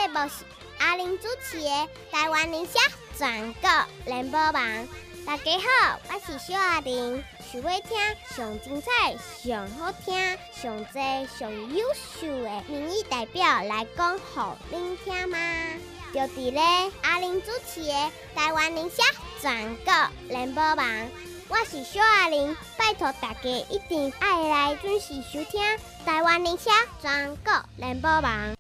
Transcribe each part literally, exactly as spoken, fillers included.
节目是阿玲主持的台湾理社全国联播网。大家好，我是小阿玲。想要听上精彩、上好听、上多、上优秀的民意代表来讲给您听吗？就伫咧阿玲主持的台湾理社全国联播网。我是小阿玲，拜托大家一定要来准时收听台湾理社全国联播网。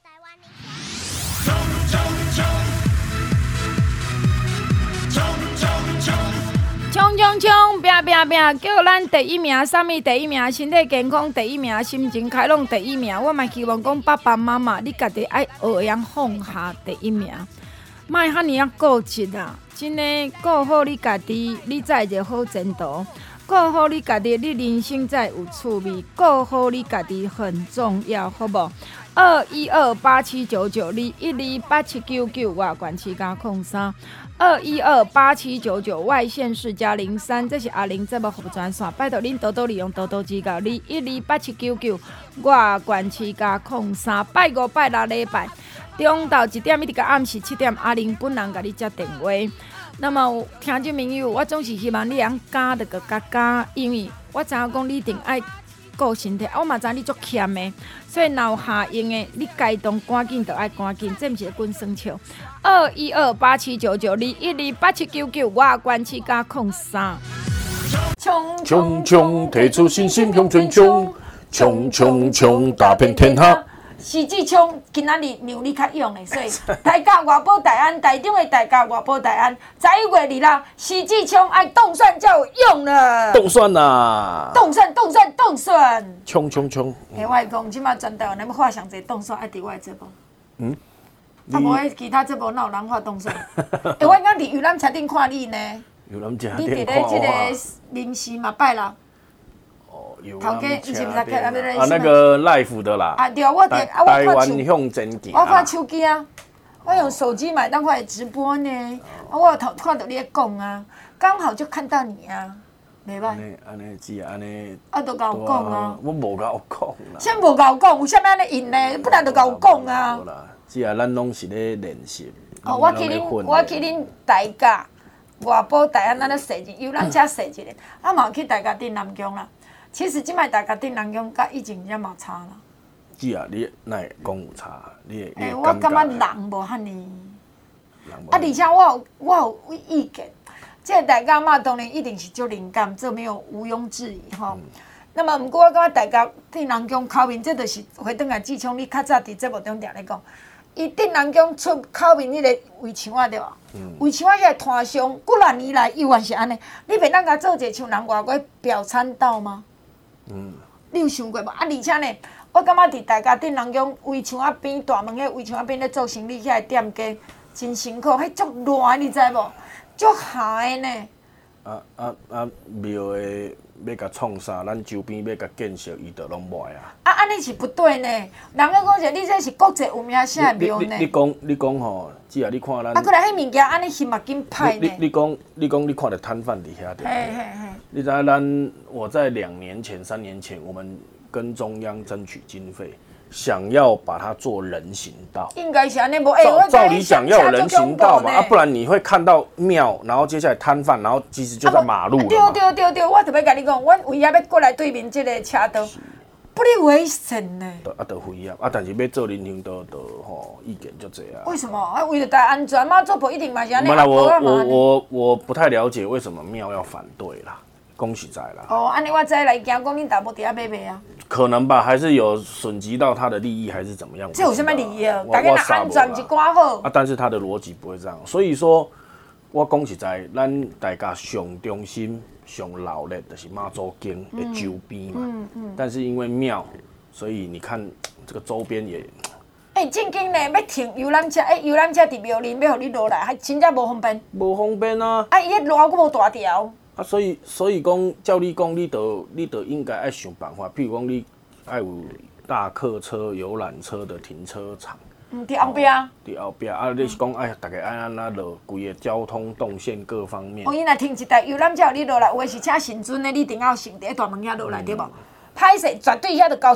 冲冲冲！拼拼拼！叫咱第一名，啥物第一名？身体健康第一名，心情开朗第一名。我嘛希望讲爸爸妈妈，你家己爱学会放下第一名，莫遐尼啊固执啊！真诶，顾好你家己，你才会好前途；顾好你家己，你人生才有趣味；顾好你家己很重要，好无？二一二八七九九二一二八七九九外管七加空三。二一二八七九九外县市加零三，这是阿玲节目服务专线，拜托恁多多利用多多指教。二一二八七九九外管七加空三，拜五拜六礼拜中昼一点一直到暗时七点，阿玲本人甲你接电话。那么听众朋友，我总是希望你通加就个加加，因为我知影讲你一定爱顾身体，我嘛知你足欠的，所以若有下用的，你该动赶紧就爱赶紧，这毋是滚算笑。二一二八七九九二一二八七九九，我关七加空三。冲冲冲，提出信心向前冲，冲冲冲，打遍天下。 徐志聪今仔日让你较勇的，所以大家外保大安，台中的大家外保大安，十一月二日，徐志聪爱动算就有用了。 动算啦！ 动算动算动算！ 冲冲冲！ 诶，我讲即马全台湾，咱要画上侪动算，爱伫我的节目。 嗯。 啊，无迄其他节目哪有人画动算？诶，我刚伫游览车顶看你呢。 游览车顶看我。你伫咧即个临时嘛拜六。头家，你是毋是看啊？ 啊，那个 live 的啦。 啊，对，我伫啊，我台湾向前行。 我看手机啊，我用手机买当快直播呢。啊，我有头看到你在讲啊，刚好就看到你啊，袂歹。安尼安尼只安尼。 啊，都甲我讲啊。 我无甲我讲啦。 先无甲我讲，有啥物安尼用呢？不然就甲我讲啊。 无啦，只啊，咱拢是咧练习。 哦，我去恁，我去恁大家外埔大安，咱咧踅一游览车踅一下，啊，嘛有去大家镇南宫啦。其实即摆大家镇南宫甲以前也嘛差啦。 是啊，你哪会讲有差？你诶， 欸、我感觉人无遐尼。啊，而且我有我有意见，即个大家嘛当然一定是足灵感，这没有毋庸置疑吼。嗯、那么，毋过我感觉大家镇南宫口面，这就是回转来志聪，你较早伫节目中定咧讲，伊镇南宫出口面迄个围墙啊，对无？嗯、围墙啊，迄个团商，几万年来依然是安尼。你袂当甲做一个像人外国表参道吗？嗯，你有想过无？啊，而且呢，我感觉伫大家镇南宫围墙啊边大门迄围墙啊边咧做生意，遐个店家真辛苦，迄足热，你知无？足寒的呢。 啊啊啊！庙的要甲创啥，咱周边要甲建设，伊就拢无啊。 啊，安尼是不对呢。人家讲者，你这是国际有名声的庙呢。 你讲你讲吼，只啊，你看咱。 啊，过来迄物件，安尼翕嘛紧歹呢。 你你讲你讲你看到摊贩伫遐对不对？嘿嘿嘿。你知影咱我在两年前、三年前，我们跟中央争取经费，想要把它做人行道。 应该是安尼无？哎， 照照理讲要有人行道嘛，啊，不然你会看到庙，然后接下来摊贩，然后其实就在马路了嘛。 对对对对，我特别甲你讲，阮为遐要过来对面这个车道。不离危险呢。 啊，都危险啊！但是要做人行道，都吼意见就这样。 为什么？啊，为了大安全嘛，做不一定嘛是安尼。 没啦，我我我我不太了解为什么庙要反对啦。恭喜在啦！ 哦，安尼我再来讲，讲恁大伯伫遐买卖啊？ 可能吧，还是有损及到他的利益，还是怎么样？ 这有什么利益啊？大家若安全一寡好。 啊，但是他的逻辑不会这样，所以说，我讲实在，咱大家上中心、上老的，就是妈祖经的周边嘛。嗯嗯。但是因为庙，所以你看这个周边也。 哎、欸，正经呢，要停游览车，哎、欸，游览车伫庙里要互你落来，还真正无方便。 无方便啊！ 啊，伊迄路还佫无大条。 啊，所以所以讲，照你讲，你得你得应该爱想办法，譬如讲，你爱有大客车、游览车的停车场。 嗯，伫后壁。 伫后壁啊，你是讲哎，大家爱安那落规个交通动线各方面。 哦，伊若停一台游览车，你落来，有诶是请神尊的，你顶要先伫大门遐落来，对无？歹势，绝对遐着交通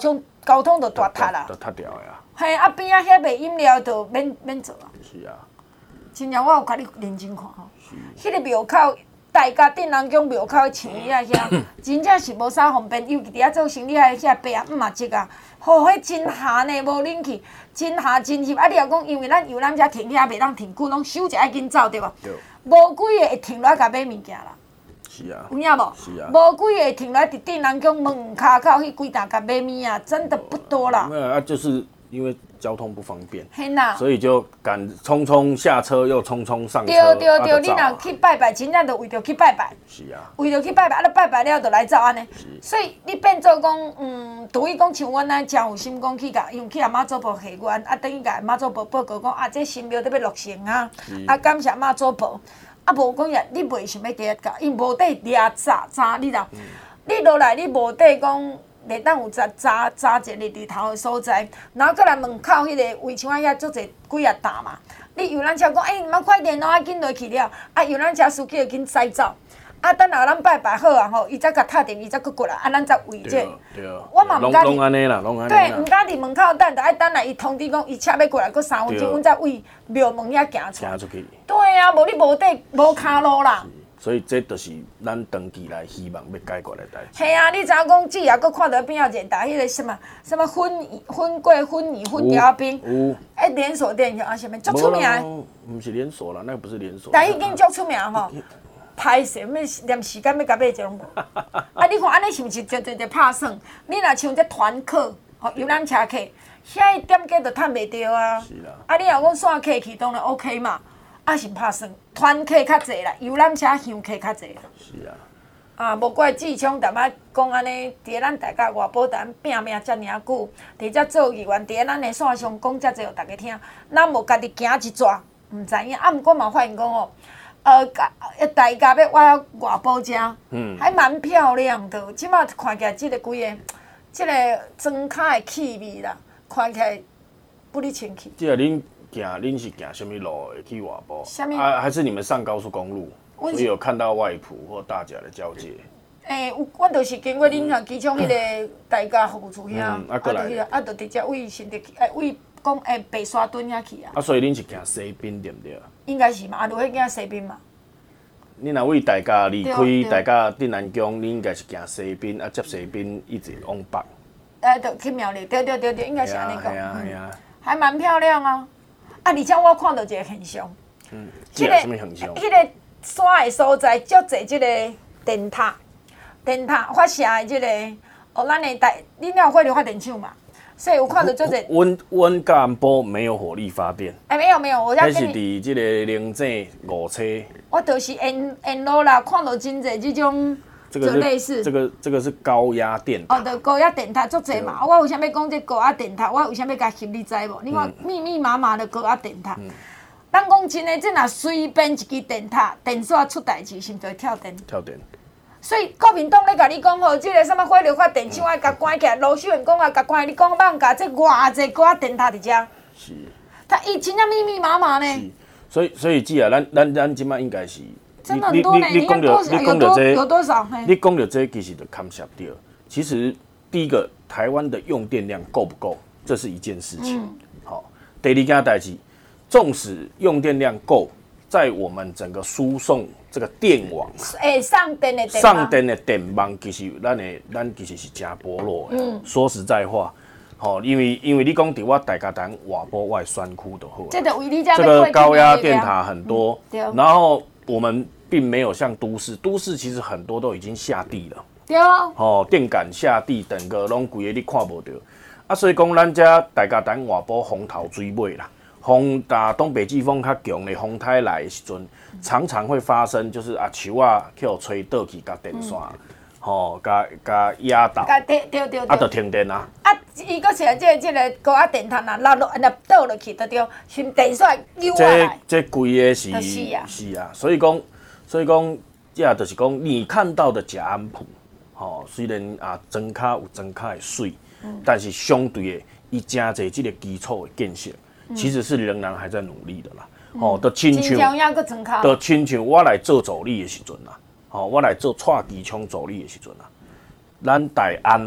交通就大塌啦， 都塌掉的啊。 嘿，啊边啊遐卖饮料就免免做啊。 是啊。 真正我有甲你认真看吼，迄个庙口。大家镇南宫庙口的青衣啊遐，真正是无啥方便，尤其伫遐做生意啊，遐伯啊姆嘛积啊，吼，迄真下呢，无冷气，真下真翕。啊，你若讲因为咱游览车停遐袂当停久，拢收一下紧走对无？ 对。 无几个会停落来甲买物件啦。 是啊。 有影无？ 是啊。 无几个会停落来伫镇南宫门骹口迄几搭甲买物啊，真的不多啦。 没有啊，就是因为交通不方便， 呐， 所以就赶匆匆下车，又匆匆上车。 对对对，你若去拜拜，真正就为着去拜拜。 是啊。为着去拜拜，啊，你拜拜了就来走安尼。所以你变做讲，嗯，除非讲像阮安真有心讲去甲，因为去阿妈祖婆下阮，啊，等于甲妈祖婆报告讲啊，这神庙得要落成啊，啊，感谢妈祖婆。啊，无讲也，你袂想要第一甲，因无得掠早早，你若，你落来你无得讲。袂当有早早早一个日头的所在，然后过来门口迄个围墙遐足侪几啊搭嘛。你游览车讲，哎，你们快点哦，啊，紧落去了。啊，游览车司机就紧驶走。啊，等下咱拜拜好啊吼，伊才甲拍电，伊才佫过来，啊，咱才围这。 对对。 我嘛毋敢。 拢安尼啦，拢安尼。 对，毋敢伫门口等，就爱等来伊通知讲，伊车要过来，佫三分钟，阮才为庙门遐行出。 行出去。 对啊，无你无得无骹路啦。 所以这就是咱长期来希望要解决的代志。 系啊，你知影讲，只要佫看到边仔一台迄个什么什么粉粉粿、粉米、粉条冰，有，哎，连锁店叫啊什么，足出名的。 唔是连锁啦，那个不是连锁。 但已经足出名吼，歹势，咩连时间要甲买一拢无。啊，你看安尼是毋是直直直拍算？你若像这团客，吼游览车客，遐一点价就趁袂着啊。是啦。啊，你若讲线客去当然 OK 嘛。啊是拍算，团客较济啦，游览车厢客较济啦。 是啊。 啊，无怪志昌淡仔讲安尼，伫咱大家外埔淡拼命遮尔久，伫遮做议员，伫咱的线上讲遮济，互大家听。咱无家己行一逝，毋知影。啊，毋过嘛发现讲哦，呃，大家要我外埔遮，嗯，还蛮漂亮的。即马看起来，即个规个，即个庄脚的气味啦，看起来不离清气。 即个恁。行，恁是行什么路会去外埔？啊，还是你们上高速公路，所以有看到外埔或大甲的交界？ 诶、欸，有，阮就是经过恁向机场迄个大家服务处遐，啊，啊，就迄个，啊，就直接为新竹去，诶，为讲诶白沙屯遐去啊。 啊，所以恁是行西滨对不对？ 应该是嘛，啊，就迄行西滨嘛。 恁若为大家离开大家镇南宫，恁应该是行西滨，啊，接西滨一直往北。 诶，就去庙里，对对对对，应该是安尼讲。 系啊系啊。 还蛮漂亮啊。啊！而且我看到一个现象， 嗯，即个什么现象？ 迄个山的所在，足侪即个电塔，电塔发射的即个，哦，咱的台，恁了有火力发电厂嘛？所以有看到足侪。 阮阮干部没有火力发电。 哎，没有没有，我遐是伫即个零井五车。 我就是沿沿路啦，看到真侪即种。 这个类似，这个这个是高压电塔。 哦，就高压电塔足济嘛。我为啥要讲这高压电塔？我为啥要甲翕？你知无？你看密密麻麻的高压电塔。嗯、咱讲真诶，这若随便一支电塔，电线出代志，是毋就会跳电？ 跳电。 所以国民党咧甲你讲吼，即、这个什么火力发电厂啊，甲关起来，卢秀燕讲啊，甲关，你讲放甲这偌济高压电塔伫遮？ 是。 它伊真正密密麻麻呢。 是。所以所以，既然咱咱咱即摆应该是。 真的很多呢，你看多少？有多有多少？ 你讲到这其实就看不到。其实第一个，台湾的用电量够不够，这是一件事情。好、嗯，第二件代志，纵使用电量够，在我们整个输送这个电网， 诶，上电的电上电的电网，其实咱的咱其实是真薄弱的。嗯，说实在话。吼，因为因为你讲伫我大家谈外埔外山区就好。 这这个高压电塔很多，嗯、然后我们并没有像都市，都市其实很多都已经下地了。 对啊。 吼，电杆下地，整个拢规个你看无到。啊，所以讲咱遮大家谈外埔风头水尾啦，风打东北季风较强的风台来的时阵，常常会发生就是啊树啊去互吹倒去，甲电线。嗯吼，甲甲压倒， 对对对， 啊，就停电啊。 啊，伊搁是即个即个高压电塔若落落，若倒落去，就着先电线扭下来。 这这规个是是啊，是啊，所以讲，所以讲，这就是讲，你看到的甲安埔，吼，虽然啊，庄脚有庄脚的水，嗯、但是相对的，伊真侪这个基础的建设，嗯、其实是仍然还在努力的啦。吼、嗯，都亲像，都亲像我来做助理的时阵啦。吼、哦，我来做蔡机枪助理的时阵啊，咱大安哦，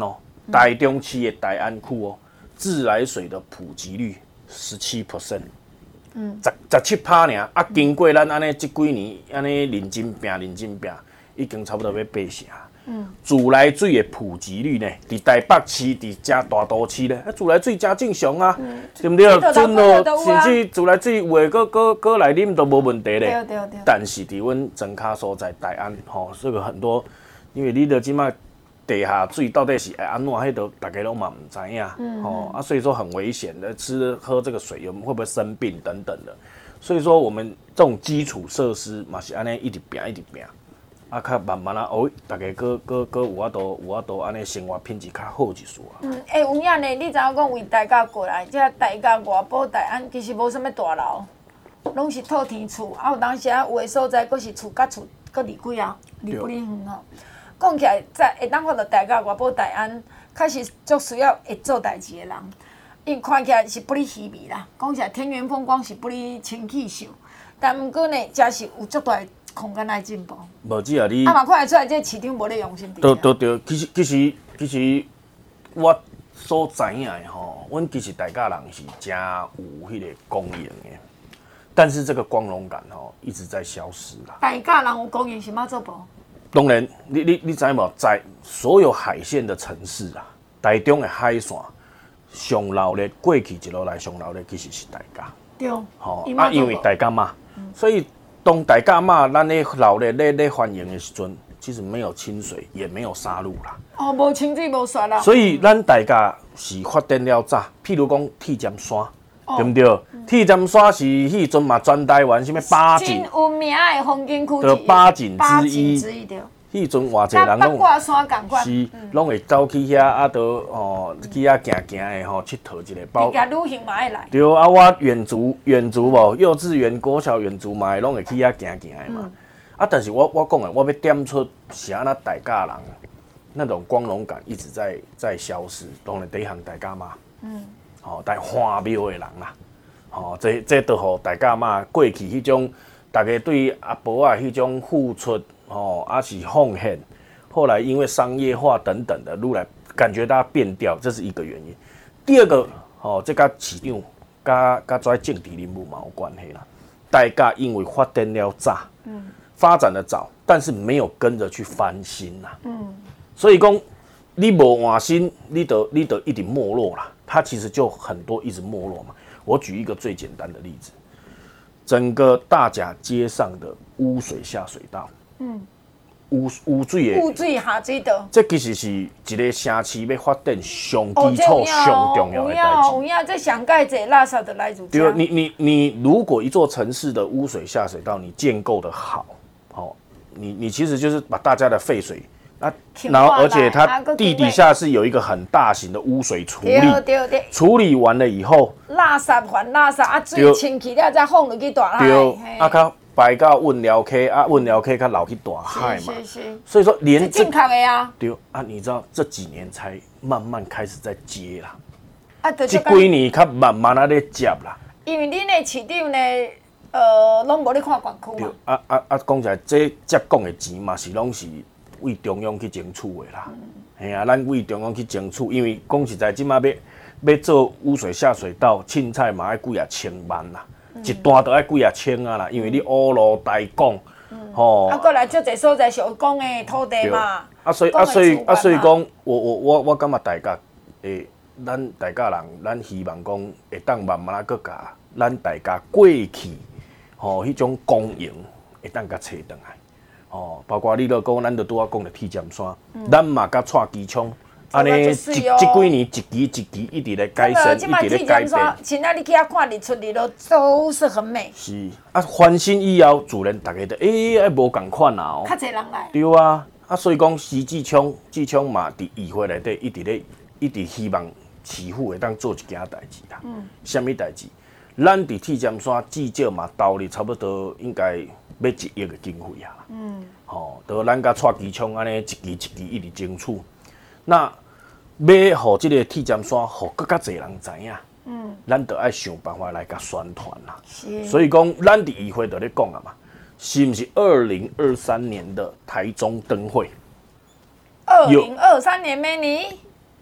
台中市的大安区哦，自来水的普及率十七 percent， 嗯，十十七趴呢。啊，经过咱安尼这几年安尼认真拼认真拼，已经差不多要八成。嗯，自来水的普及率呢，伫台北市、伫遮大都市呢，啊，自来水真正常啊，嗯、对不对？准哦，甚至自来水有诶，搁搁搁来啉都无问题咧。 对对对。 但是伫阮庄卡所在大安，吼、哦，这个很多，因为你着即摆地下水到底是会安怎，迄都大家拢嘛唔知影，嗯、哦，啊，所以说很危险的，吃喝这个水有会不会生病等等的，所以说我们这种基础设施嘛是安尼一直拼一直拼。啊，较慢慢啊，哦，大家搁搁搁有法度有法度安尼生活品质较好一丝啊。 嗯，诶、欸，有影呢，你知影讲为大家过来，这大家外埔大安其实无啥物大楼，拢是透天厝，啊有当时啊有诶所在，阁是厝甲厝阁离几啊，离不离远吼。讲起来，在会当看到大家外埔大安，确实足需要会做代志诶人，因看起来是不离虚味啦。讲起来，天元风光是不离清气秀，但毋过呢，真是有足大空间来进步。 无只啊，你啊嘛看得出来，这市场无咧用心。 对对对，其实其实其实我所知影的吼，阮其实大家人是真有迄个公营的，但是这个光荣感吼一直在消失啦。 大家人有公营是嘛做无？ 当然，你你你知无？在所有海线的城市啊，台中的海线上老的过去一路来上老的其实是大家。 对。 吼、哦、啊，因为大家嘛，嗯、所以。当大甲嘛，咱咧老咧咧咧欢迎的时阵，其实没有清水，也没有沙路啦。 哦，无清水无雪啦。 所以咱大家是发展了早，譬如讲铁尖山，哦、对不对？嗯、铁尖山是迄阵嘛，全台湾什么八景， 有名的风景区， 就八景之一。 之一对。 迄阵偌济人拢是拢会走去遐，啊，都哦去遐行行的吼，佚佗一下。包家旅行嘛爱来。 对啊，我远足远足无，幼稚园、国小远足嘛，拢会去遐行行的嘛。嗯、啊，但是我我讲的，我要点出是安那大家人那种光荣感一直在在消失。当然第一项大家嘛，嗯，哦，但荒谬的人啦，哦，这这都互大家嘛过去迄种大家对阿婆啊迄种付出。哦，啊是奉献，后来因为商业化等等的，愈来感觉大家变调，这是一个原因。第二个，哦，这甲市场、甲甲这政治人物嘛有关系啦。大家因为发展了早，嗯，发展的早，但是没有跟着去翻新啦，嗯，所以讲你无换新，你得你得一直没落啦。它其实就很多一直没落嘛。我举一个最简单的例子，整个大甲街上的污水下水道。嗯，污污水的污水下水道， 这其实是一个城市要发展上基础、上重要的代志。 有影，这上盖这垃圾就来自对，你你你，如果一座城市的污水下水道你建构的好，哦，你你其实就是把大家的废水，那然后而且它地底下是有一个很大型的污水处理， 对对对， 处理完了以后， 垃圾还垃圾啊，水清起了再放落去大海， 对，啊靠。摆到温寮溪啊，温寮溪它流去大海嘛， 是是是， 所以说连正确的啊， 对啊，你知道这几年才慢慢开始在接啦， 啊， 这几年较慢慢啊在接啦。 因为你呢市长呢，呃，拢无咧看管区嘛。 啊啊啊，讲起来，这接讲的钱嘛是拢是为中央去争取的啦，嘿、嗯、啊，咱为中央去争取，因为讲实在，即马要要做污水下水道，凊彩嘛要几啊千万啦。一段都要几啊千啊啦，因为你乌路大港，吼、 嗯，啊，过来足侪所在是有讲的土地嘛， 啊，所以啊，所以啊，所以讲，我我我我感觉大家，诶，咱大家人，咱希望讲会当慢慢啊，搁甲咱大家过去，吼、哦，迄种公营会当甲找倒来，哦，包括你若讲，咱著拄仔讲的铁尖山，嗯、咱嘛甲蔡机场。安尼一这几年一期一期一直咧改善，一直咧改变。 现在你去遐看日出日落都是很美。 是啊，翻新以后，自然大家都诶，哎无共款啊哦。 较侪人来。 对啊，啊所以讲，徐志昌、志昌嘛，伫议会内底一直咧，一直希望市府会当做一件代志啦。嗯。什么代志？咱伫铁尖山至少嘛投入差不多应该要一亿的经费啊。嗯。吼，都咱甲蔡机昌安尼一期一期一直争取，那。要互即个铁尖山，互更较侪人知影，嗯，咱着爱想办法来甲宣传啦。是，所以讲，咱伫议会就咧讲啊嘛，是毋是二零二三年的台中灯会？ 二零二三年咩年？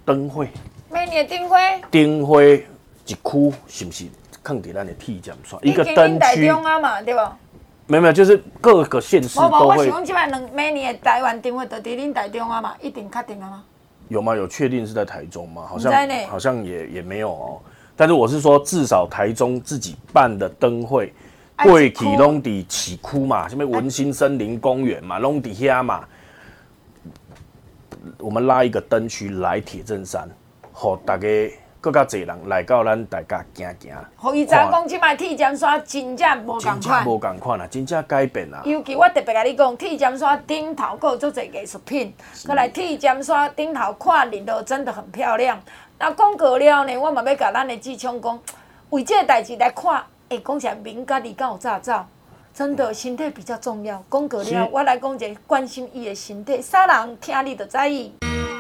灯会。 每年灯会。 灯会一区是不是放伫咱的体检线？一个灯区啊嘛，对不？ 没有没有，就是各个县市都会。 我想即摆两每年的台湾灯会都伫恁台中啊嘛，一定确定啊吗？ 有吗？有确定是在台中吗？好像好像也也没有哦。但是我是说，至少台中自己办的灯会，过去拢伫市区嘛，什么文心森林公园嘛，拢伫遐嘛。我们拉一个灯区来铁镇山，互大家更较侪人来到咱大家行行。 互伊知影讲，即摆铁尖山真正无共款。 真正无共款啊，真正改变啊。 尤其我特别甲你讲，铁尖山顶头阁有足侪艺术品，过来铁尖山顶头看日落真的很漂亮。那讲过了呢，我嘛要甲咱的志昌讲，为这个代志来看，会讲起来明甲离敢有早走，真的身体比较重要。讲过了，我来讲一个关心伊的身体，啥人听你就知意。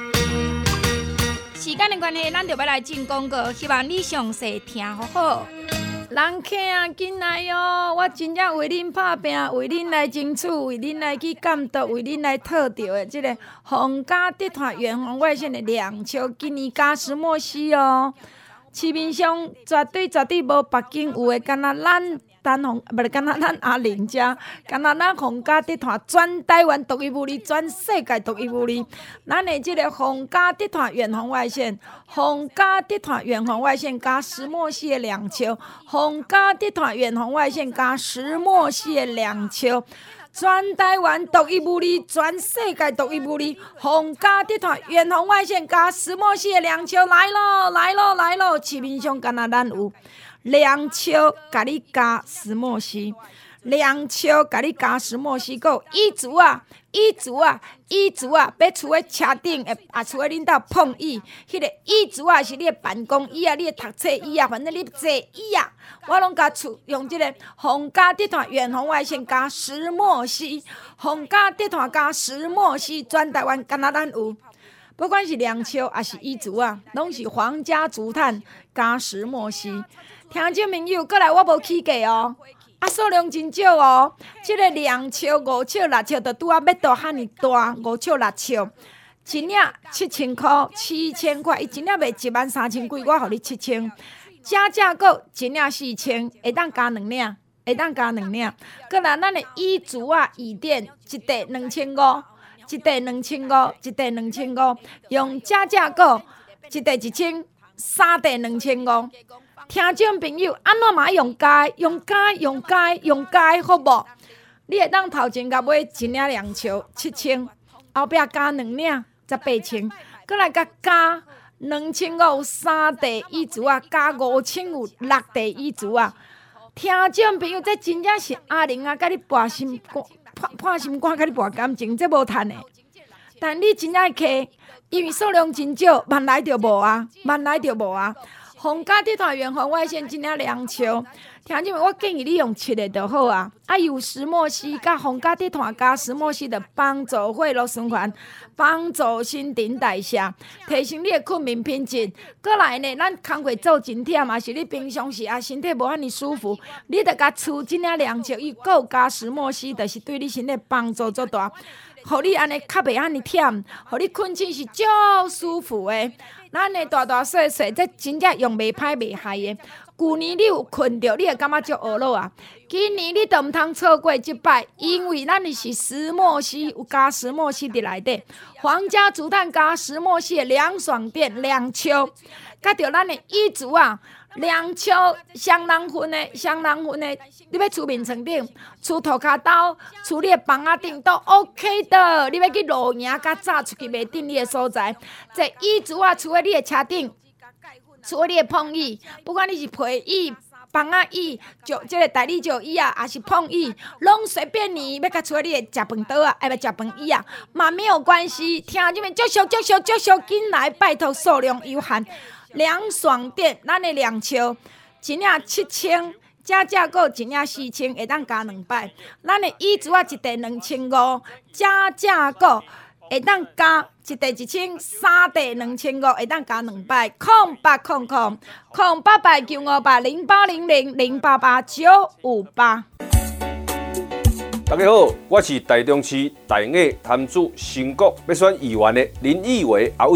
时间的关系，咱就要来进广告，希望你详细听好好。人客啊，进来哟！我真正为恁拍拼，为恁来争取，为恁来去监督，为恁来讨到的这个皇家集团远红外线的两球，今年加石墨烯哦，市面上绝对绝对无别间有的，敢若咱单红，不是敢若咱阿玲遮，敢若咱皇家集团全台湾独一无二，全世界独一无二。咱的这个皇家集团远红外线，皇家集团远红外线加石墨烯的两球，皇家集团远红外线加石墨烯的两球。全台湾独一无二，全世界独一无二。皇家集团远红外线加石墨烯的两球来咯，来咯，来咯！市面上敢若咱有两球，甲你加石墨烯，两球甲你加石墨烯，还有椅子啊，椅子啊，椅子啊，要厝诶车顶，也厝诶恁兜碰椅，迄、那个椅子啊是你诶办公椅啊，你诶读册椅啊，反正你坐椅啊，我拢甲厝用即个皇家集团远红外线加石墨烯，皇家集团加石墨烯，全台湾敢若咱有。不管是两球还是椅子啊，拢是皇家竹炭加石墨烯。听众朋友，过来我无起价哦，啊数量真少哦。即、这个两球、五球、六球，就拄啊要到遐尼大，五球、六球，一领七千块，七千块，伊一领卖一万三千几，我互你七千。加价购一领四千，会当加两领，会当加两领。过来咱的椅子啊、椅垫，一块两千五，一块两千五，一块两千五，用加价购一块一千，三块两千五。听众朋友，安怎嘛用加？用加用加用加，好无？你会当头前甲买一领两球七千，后壁加两领才八千，过来甲加两千五三地椅子啊，加五千有六地椅子啊。听众朋友，这真正是阿玲啊，甲你博心肝，破破心肝，甲你博感情，这无趁的。但你真正客，因为数量真少，万来就无啊，万来就无啊。皇家集团远红外线真领两球，听众们，我建议你用七个就好啊。啊，有石墨烯甲皇家集团加石墨烯的帮助血液循环，帮助新陈代谢，提升你的睡眠品质。过来呢，咱工课做真忝，嘛是你平常时啊身体无遐尼舒服，你着甲厝真领两球，伊够加石墨烯，就是对你身体帮助足大。互你安尼较袂安尼忝，互你困醒是足舒服的。咱的大大细细，这真正用袂歹袂害的。旧年你有困着，你会感觉足懊恼啊。今年你都毋通错过即摆，因为咱的是石墨烯，有加石墨烯伫内底。皇家竹炭加石墨烯的凉爽垫两球，甲着咱的椅子啊。两球双人份的，双人份的，你要厝面床顶、厝涂骹兜、厝你的房仔顶都 OK 的。你要去露营，甲早出去袂顶你的所在，这椅子啊，厝喺你的车顶，厝喺你的碰椅，不管你是皮椅、房仔椅、就这个大理石椅啊，还是碰椅，拢随便你。要甲厝喺你的食饭桌啊，哎不食饭椅啊，嘛没有关系。听你们足俗足俗足俗，紧来，拜托，数量有限。凉爽垫，咱的两球，一领七千，加价购一领四千，会当加两百。咱的椅子啊，一块两千五，加价购会当加一块一千，三块两千五，会当加两百。空八空空，空八八九五八零八零零零八八九五八。 大家好，我是台中市大雅潭子新国要选议员的林义伟阿伟啊。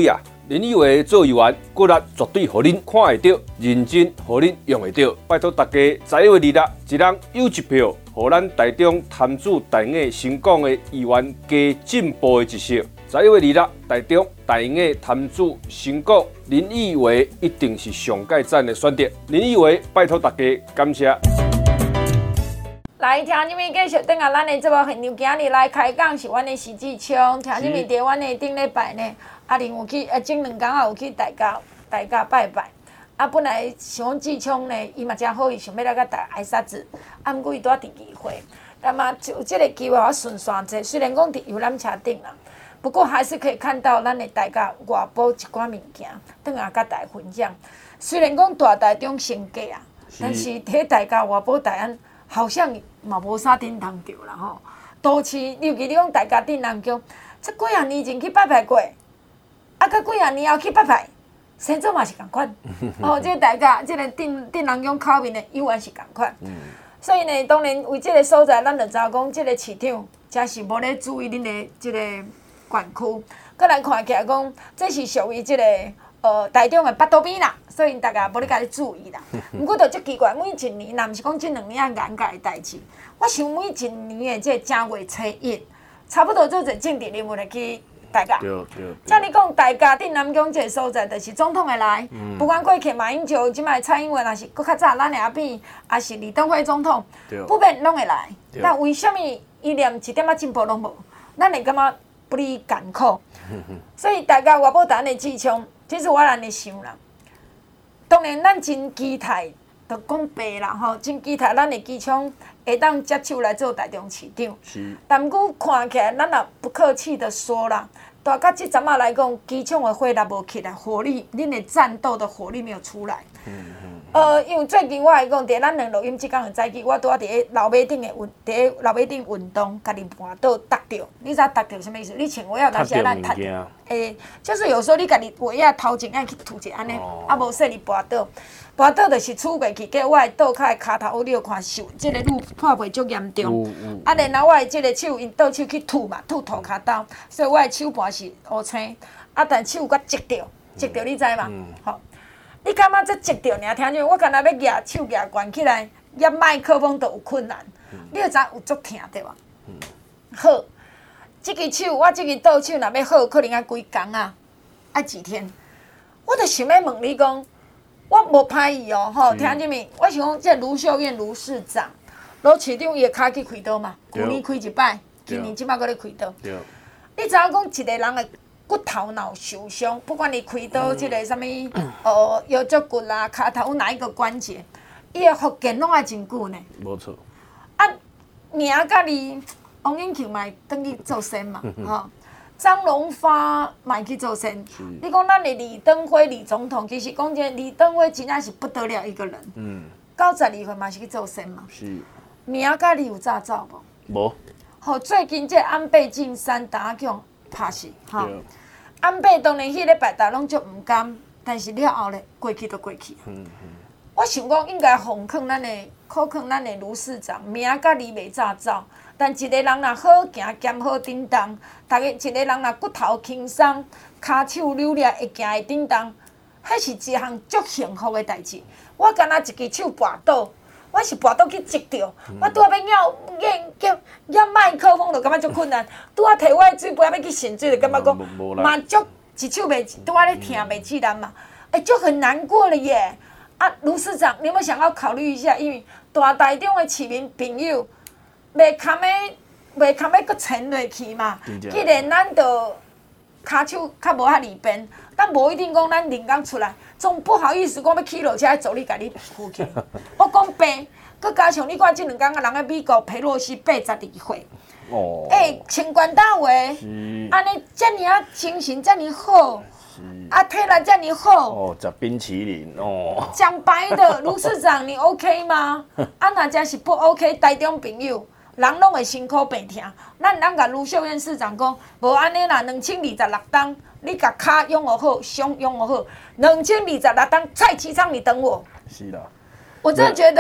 林立伟做议员，骨力绝对互恁看会到，认真互恁用会到。拜托大家十一月二日，一人有一票，互咱台中潭子大雅成功的议员加进步的一色。十一月二日，台中大雅潭子成功，林立伟一定是上界赞的选择。林立伟，拜托大家，感谢。 来，听你们继续等下，咱的这部现场今日来开讲是阮的徐志昌，听你们伫阮的顶礼拜呢，阿玲有去，呃，前两天也有去大家大家拜拜。啊，本来想讲志昌呢，伊嘛真好，伊想要来甲大家挨沙子，啊，毋过伊拄仔伫议会，但嘛就即个机会我顺线者，虽然讲伫游览车顶啦，不过还是可以看到咱的大家外部一寡物件，等下甲大家分享。虽然讲大台中升价啊，但是伫大家外部台湾。好像嘛无啥叮当着啦吼，都市尤其你讲大家镇南宫，这几啊年前去拜拜过，啊，甲几啊年后去拜拜，生做嘛是共款。哦，这个大家这个镇镇南宫口面的永远是共款。嗯、所以呢，当然为这个所在，咱就知道讲，这个市场真是无咧注意恁的这个管区。个咱看起来讲，这是属于这个。呃，台中的北岛边啦，所以大家无咧家己注意啦。毋过就足奇怪，每一年，若毋是讲即两年啊严格的代志，我想每一年的这正月初一，差不多做者政治人物来去大家。 对对。 像你讲大家镇南宫这个所在，就是总统会来，嗯、不管过去马英九、即摆蔡英文，还是搁较早咱的阿扁，还是李登辉总统，不变拢会来。但为什么伊连一点仔进步拢无？咱会感觉不离艰苦。所以大家外部台湾的志昌。其实我安尼想啦，当然咱真期待，就讲白啦吼，真期待咱的机场会当接手来做台中市长。是。但毋过看起来，咱也不客气的说啦，大到即阵仔来讲，机场的火力无起来，火力，恁的战斗的火力没有出来。嗯嗯。呃，因为最近我来讲，伫咱两录音即天的早起，我拄仔伫咧老马顶的运，伫咧老马顶运动，家己跋倒踏着。你知踏着什么意思？你穿鞋啊，但是咱踏，诶，就是有时候你家己鞋啊头前爱去涂一安尼，啊无说你跋倒，跋倒就是杵过去，结果我的倒骹的骹头，你有看手，即个愈破袂足严重。啊，然后我的即个手，因倒手去吐嘛，吐涂骹刀，所以我的手盘是乌青，啊，但手甲折着，折着你知嘛？吼。你感觉这折着尔？听见我刚才要举手举悬起来，压麦克风都有困难。嗯、你就知有足疼对吧？嗯、好，这个手我这个倒手若要好，可能要几工啊，爱几天？我就想要问你讲，我无歹意哦，吼，听见没？我想讲，这卢秀燕卢市长、卢市长伊的骹去开刀嘛？去年开一摆，今年即摆搁咧开刀。你知影讲一个人的？骨头脑受伤，不管你开刀即个什么，呃，腰椎骨啦、骹头哪一个关节，伊的复健拢爱真久呢。 无错。 啊，名甲你王永庆嘛等去做先嘛，吼。张荣发嘛去做先。你讲咱的李登辉李总统，其实讲真，李登辉真正是不得了一个人。嗯。九十二岁嘛是去做先嘛。是。名甲你有早走无？ 无。 吼，最近这安倍晋三打奖。拍死哈！安倍当然迄礼拜大拢足毋甘，但是了后咧，过去就过去。嗯嗯、我想讲应该奉劝咱的，考劝咱的卢市长，名甲你袂早走，但一个人若好行，兼好叮当，逐个一个人若骨头轻松，骹手扭咧会行会叮当，迄是一项足幸福的代志。我敢若一只手跋倒。我是跋倒去折着，嗯、我拄仔要咬咬咬咬麦克风，就感觉足困难。拄仔摕我的水杯要去擤水，就感觉讲嘛足一手袂，拄仔咧疼袂自然嘛，哎、欸、就很难过了耶。啊，卢市长，你有没有想要考虑一下？因为大台中的市民朋友袂堪的，袂堪要搁沉落去嘛。既然咱就骹手较无遐利便，但无一定讲咱人工出来。总不好意思讲要起落车走你家己扶起。我讲病，佮加上你看即两天啊，人喺美国佩洛西八十二岁，哦，哎、欸，清官大位，安尼遮尔啊精神遮尔好，啊体力遮尔好， 哦，食冰淇淋哦。 讲白的，卢市长你 OK 吗？啊，若真是不 OK， 台中朋友。人拢会辛苦病痛，咱咱甲卢秀燕市长讲，无安尼啦，两千二十六档，你甲骹用好好，胸用好好，两千二十六档，蔡其昌你等我。 是啦。 我真的觉得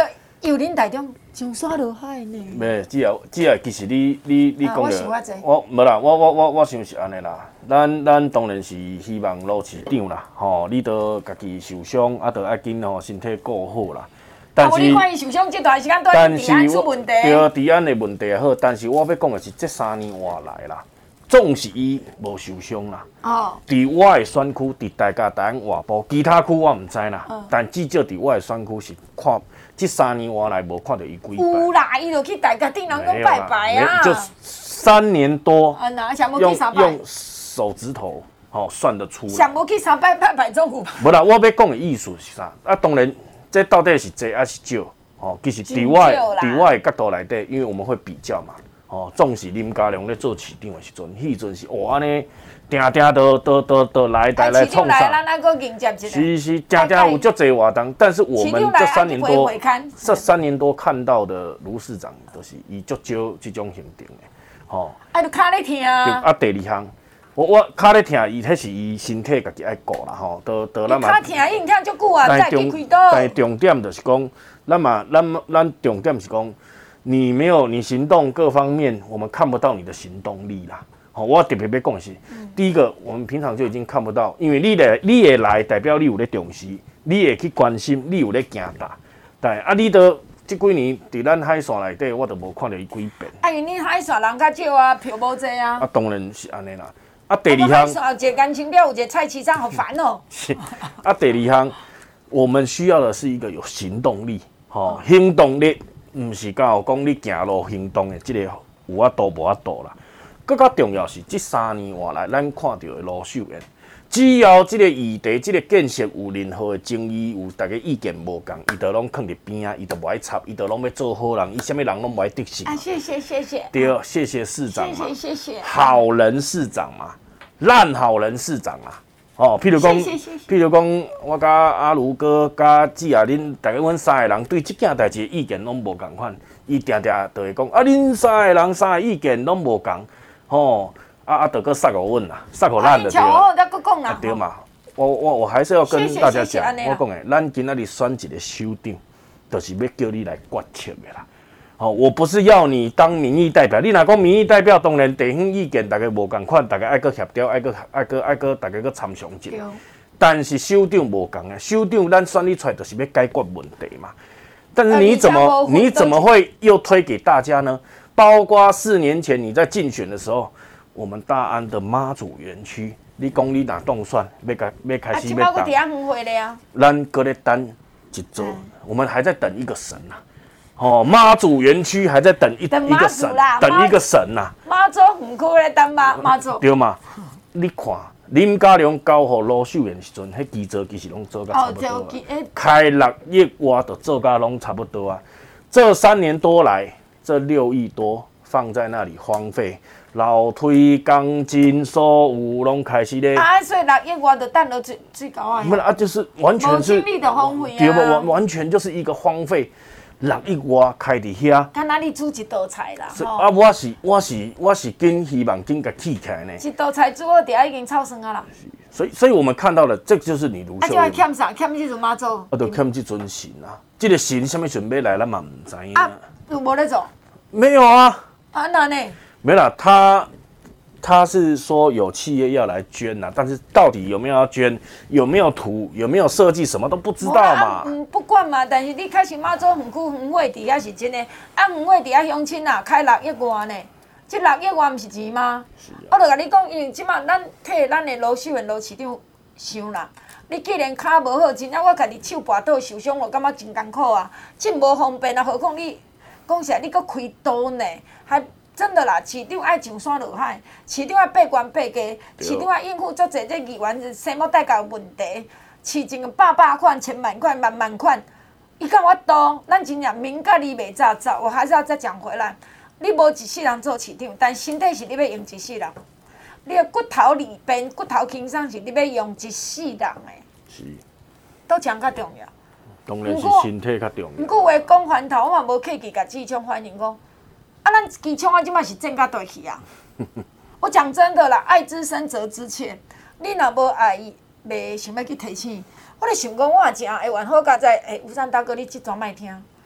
有恁台中上山落海呢？ 袂，只要只要其实你你你讲我着想我知， 我无啦，我我我我想是安尼啦。咱咱当然是希望罗市长啦，吼，你都家己受伤，啊，都爱紧吼身体顾好啦。但是， 你看伊受伤这段时间，对但是治安出问题。 对治安的问题也好，但是我要讲的是，这三年换来啦，总是伊无受伤啦。 哦。 伫我的选区，伫大家台湾外部，其他区我毋知啦。嗯、但至少伫我的选区是看，这三年换来无看到伊几摆。 有啦，伊就去大家顶人讲拜拜啊。 就三年多。 啊，那想无去三拜。 用手指头吼、哦、算得出来。 想无去三拜拜拜总有吧？ 无啦，我要讲的意思是啥？啊，当然。这到底是多还是少？哦，其实伫我伫我的角度内底，因为我们会比较嘛。哦，总是林佳龙咧做市长的时阵，迄阵是哦安尼，定定都都都都来来来创啥？ 咱咱个迎接一下。 是是，定定有足侪活动，但是我们这三年多，这三年多看到的卢市长，都是伊足少这种行程的。吼， 啊，就骹咧疼。 啊，第二项。我我骹咧疼，伊迄是伊身体家己爱顾啦吼，都都咱嘛。骹疼，伊毋疼足久啊，再去开刀。 但重点就是讲，咱嘛咱咱重点是讲，你没有你行动各方面，我们看不到你的行动力啦。好，我特别要讲的是，嗯、第一个，我们平常就已经看不到，因为你来你会来，代表你有咧重视，你会去关心，你有咧行大。但啊，你都这几年伫咱海线内底，我都无看到伊几遍。 啊，因为海线人较少啊，票无济啊。 啊，当然是安尼啦。啊，第二项， 啊，一个感情表，有一个菜市场，好烦哦。 是，啊，第二项，我们需要的是一个有行动力，吼、哦，行动力，唔是刚好讲你行路行动的，这个有法度无法度啦。更加重要是，这三年换来，咱看到的卢秀燕，只要这个议题、这个建设有任何的争议，有大家意见无共，伊就拢囥伫边啊，伊就无爱插，伊就拢要做好人，伊啥物人拢无爱得势。 啊，谢谢谢谢。 对，谢谢市长嘛。 谢谢谢谢。 好人市长嘛，烂好人市长啊。哦，譬如讲，譬如讲，我甲阿卢哥、甲姊啊，恁大家阮三个人对即件代志意见拢无共款，伊定定就会讲啊，恁三个人三个意見拢無共，吼，啊啊，就搁殺互阮啦，殺互咱就對啦。啊對嘛，我我我還是要跟大家講，我講誒，咱今仔日選一個首長，就是要叫你來決策的啦。哦，我不是要你當民意代表，你若講民意代表，當然地方意見大家無共款，大家愛閣協調，愛閣愛閣愛閣大家閣參詳一下。但是首長無共誒，首長咱選你出來就是要解決問題嘛。但是你怎麼你怎麼會又推給大家呢？包括四年前你在競選的時候，我們大安的媽祖園區，你講你哪動算要開要開始要打？咱閣咧等一周，我們還在等一個神啊！哦，媽祖園區還在等一一個神，等一個神吶！ 媽祖園區咧等媽媽祖。 對嘛？你看。林佳龍交予盧秀燕時陣，迄基座其實攏做甲差不多啊，開六億外就做甲攏差不多啊。這三年多來，這六億多放在那裡荒廢，樓梯、鋼筋、所有攏開始咧。 啊，所以六億外就等到最最高啊。 不是啊，就是完全是， 無精力就荒廢啊。 對不？完完全就是一個荒廢。六億外開佇遐， 敢若你煮一道菜啦，吼！ 啊，我是我是我是緊希望緊甲起起來呢。 一道菜煮好啲，已經炒酸啊啦。 所以，所以我們看到了，這就是你盧秀燕。 啊，就欠啥？欠這陣媽祖。 啊，就欠這尊神啊！這個神什麼時候要來，咱嘛唔知影。 啊，有無咧做？ 沒有啊。 啊，那呢？ 沒啦，他他是說有企業要來捐啦，但是到底有沒有要捐，有沒有圖，有沒有設計，什麼都不知道嘛。 嗯，不管嘛，但是你開始媽祖園區園會底下是真的，啊園會底下鄉親啊，開六億外呢，這六億外唔是錢嗎？是啊。我就甲你講，因為即馬咱替咱的盧秀燕盧市長想啦，你既然腳無好，真正我家己手跋倒受傷，我感覺真艱苦啊，真無方便啊，何況你講實在你閣開刀呢，還。真的啦，市長愛上山下海，市長愛八關八家，市長愛應付足濟這議員生活代價問題，市政百百款、千萬款、萬萬款，伊敢有法度？咱真正民甲你袂早走，我還是要再講回來，你無一世人做市長，但身體是你要用一世人，你的骨頭裡邊、骨頭輕鬆是你要用一世人的，是，都講較重要。 當然是身體較重要。 毋過話講環頭，我嘛無客氣甲志聰反映講。啊，咱機槍啊，即擺是整甲倒去啊！我講真的啦，愛之深責之切。你若無愛伊，袂想要去提醒。我咧想講，我也真會願好佳哉。誒，吳山大哥，你即樁莫聽。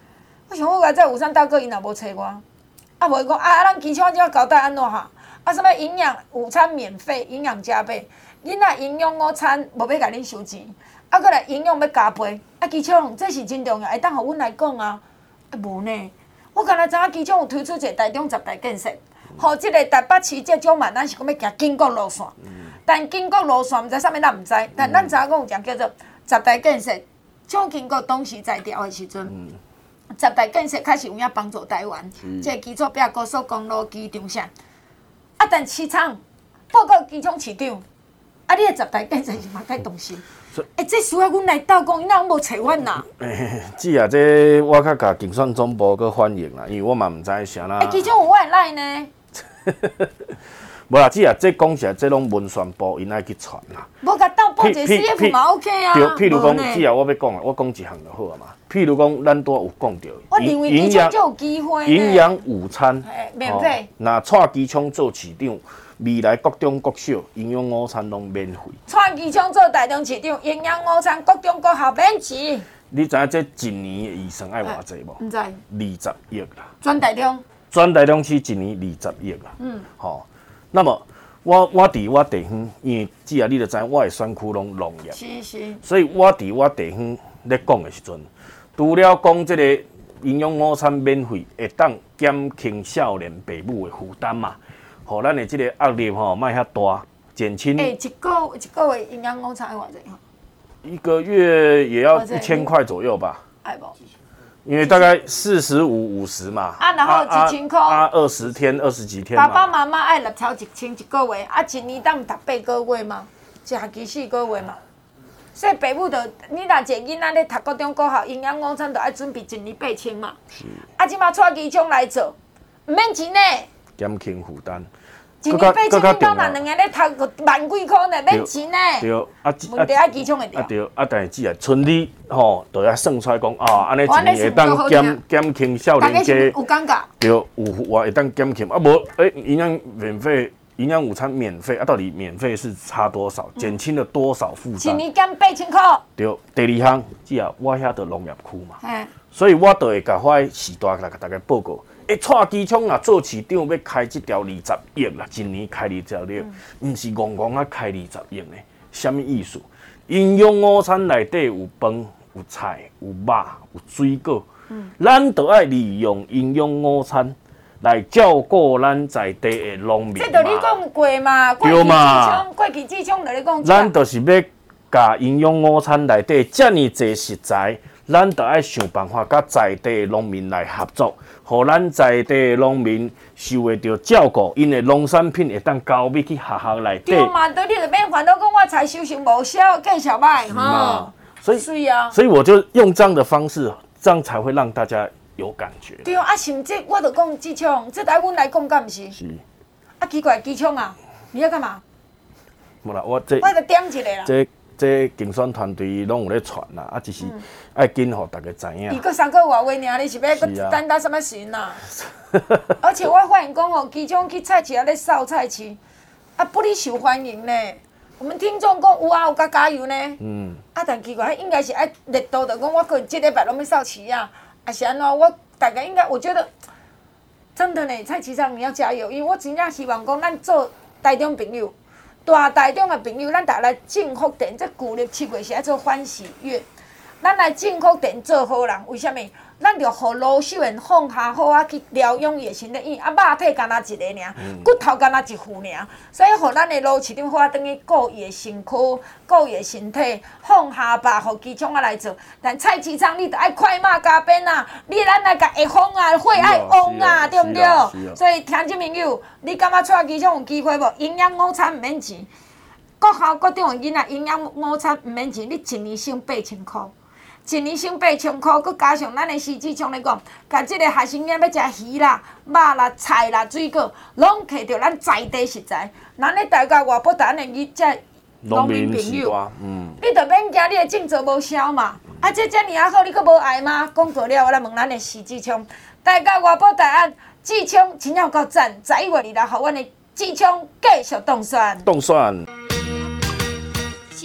我想我在五山大哥因也无找我，啊无伊讲啊，咱机场这交代安怎哈？啊什么营养午餐免费，营养加倍，囡仔营养午餐无要甲恁收钱，啊过来营养要加倍，啊机场这是真重要，会当互阮来讲啊，啊无呢？我敢若知影机场有推出一个台中十大建设，互即个台北市这种嘛，咱是讲要行经国路线，但经国路线毋知啥物咱毋知，但咱知影讲有一项叫做十大建设，蒋经国当时在调的时阵。十大建设开始有影帮助台湾，即个基础壁、高速公路、机场啥。啊，但市场报告机场市长，啊，你的十大建设是嘛该动心？哎、欸，这需要阮来斗讲，伊哪有无找阮呐？ 诶，只啊，这我较甲竞选总部佮反映啦，因为我嘛毋知啥啦。 哎、欸，机场有我的赖呢？ 无啦，只啊，这讲起来，这拢文宣部因爱去传啦。 无甲斗报一个 C F 嘛 OK 啊。 对，譬如讲，只啊，我要讲啊，我讲一项就好啊嘛。譬如讲，咱都有讲到， 我认为机场就有机会营养午餐免费。 那带机场做市长，未来各中各小营养午餐拢免费。 带机场做台中市长，营养午餐各中各校免钱。 你知影这一年的预算爱偌济无？ 唔知。 二十亿啦。 全台中。 全台中市一年二十亿啦。嗯。吼，那么。我我伫我地方，因为只要你就知，我的选区拢农业， 是是， 所以我伫我地方咧讲的时阵，除了讲即个营养午餐免费，会当减轻少年爸母的负担嘛，互咱的即个压力吼莫遐大，减轻。 诶、欸，一个一个月营养午餐要偌济吼？ 一个月也要一千块左右吧？ 爱无？ 因为大概四十五、五十嘛， 啊，然后一千块， 啊，二十天、二十几天嘛。 爸爸妈妈爱六条一千一个月，啊，一年当读八个月嘛，一学期四个月嘛。所以爸母就，你若一个囡仔咧读高中、高校，营养午餐就爱准备一年八千嘛。是。啊，即马带机场来做，毋免钱呢。 减轻负担。 一年八千，你当然两个咧读万几块呢，免钱呢。 对，啊， 问题爱机场会着。 啊对，啊但是只啊，村里吼，就要算出来讲啊，安尼一年会当减减轻少年家。 有感觉。 对，有我会当减轻，啊无，诶，营养免费，营养午餐免费，啊到底免费是差多少？减轻了多少负担？ 一年减八千块。 对，第二项，只啊，我遐着农业区嘛， 嘿， 所以我就会甲我的时代来甲大家报告。诶，带机场若做市长要开即条二十亿啦，一年开二十亿，毋是戆戆啊开二十亿呢？什么意思？营养午餐内底有饭、有菜、有肉、有水果，嗯、咱就爱利用营养午餐来照顾咱在地的农民嘛。 这就你讲过嘛？ 对嘛？ 过去志昌就咧讲。 咱就是要甲营养午餐内底遮尔济食材。咱就爱想办法，甲在地农民来合作，互咱在地农民受会到照顾，因的农产品会当交俾去学校内底。 对嘛，对，你就免烦恼讲我采收成无效，计小歹哈。 所以， 是啊， 所以我就用这样的方式，这样才会让大家有感觉。 对啊，甚至我就讲机场，这台阮来讲，敢毋是？ 是。 啊，奇怪，机场啊，你要干嘛？ 无啦，我这。 我就点一个啦。 这这竞选团队拢有咧传啦，啊，只是爱紧互大家知影。 伊搁三个外月尔，你是要搁等到什么时呐？而且我发现讲哦，机场去菜市啊咧扫菜市，啊不哩受欢迎呢。我们听众讲有啊，有加加油呢。嗯。啊，但奇怪，应该是爱热度的，讲我可能这礼拜拢要扫市啊，啊是安怎？我大概应该，我觉得真的呢，蔡市长你要加油，因为我真正希望讲咱做台中朋友。大台中的朋友，咱大来政福店，这旧历七月是爱做欢喜月，咱来政福店做好人，为什么？咱着互老寿人放下好啊，去疗养伊的身体，啊，肉体干那一个尔，骨头干那一副尔，所以互咱的老市长好啊，等于顾伊的身躯，顾伊的身体，放下吧，互机场啊来做。但蔡市长你着爱快马加鞭啊，你咱来甲下风啊，血爱旺啊，对不对？所以听众朋友，你感觉带机场有机会无？营养午餐毋免钱，各校各中的囡仔营养午餐毋免钱，你一年省八千块。一年省八千块，佮加上咱的市市长来讲，甲即个学生囝要食鱼啦、肉啦、菜啦、水果，拢摕着咱在地食材。咱咧大家外部咱的伊只农民朋友，嗯，你着免惊你的政策无效嘛。啊，这遮尔啊好，你佮无爱吗？讲过了，我来问咱的市市长，大家外部答案，市长真有够赞，十一月二日，互阮的市长继续当选。 当选。 时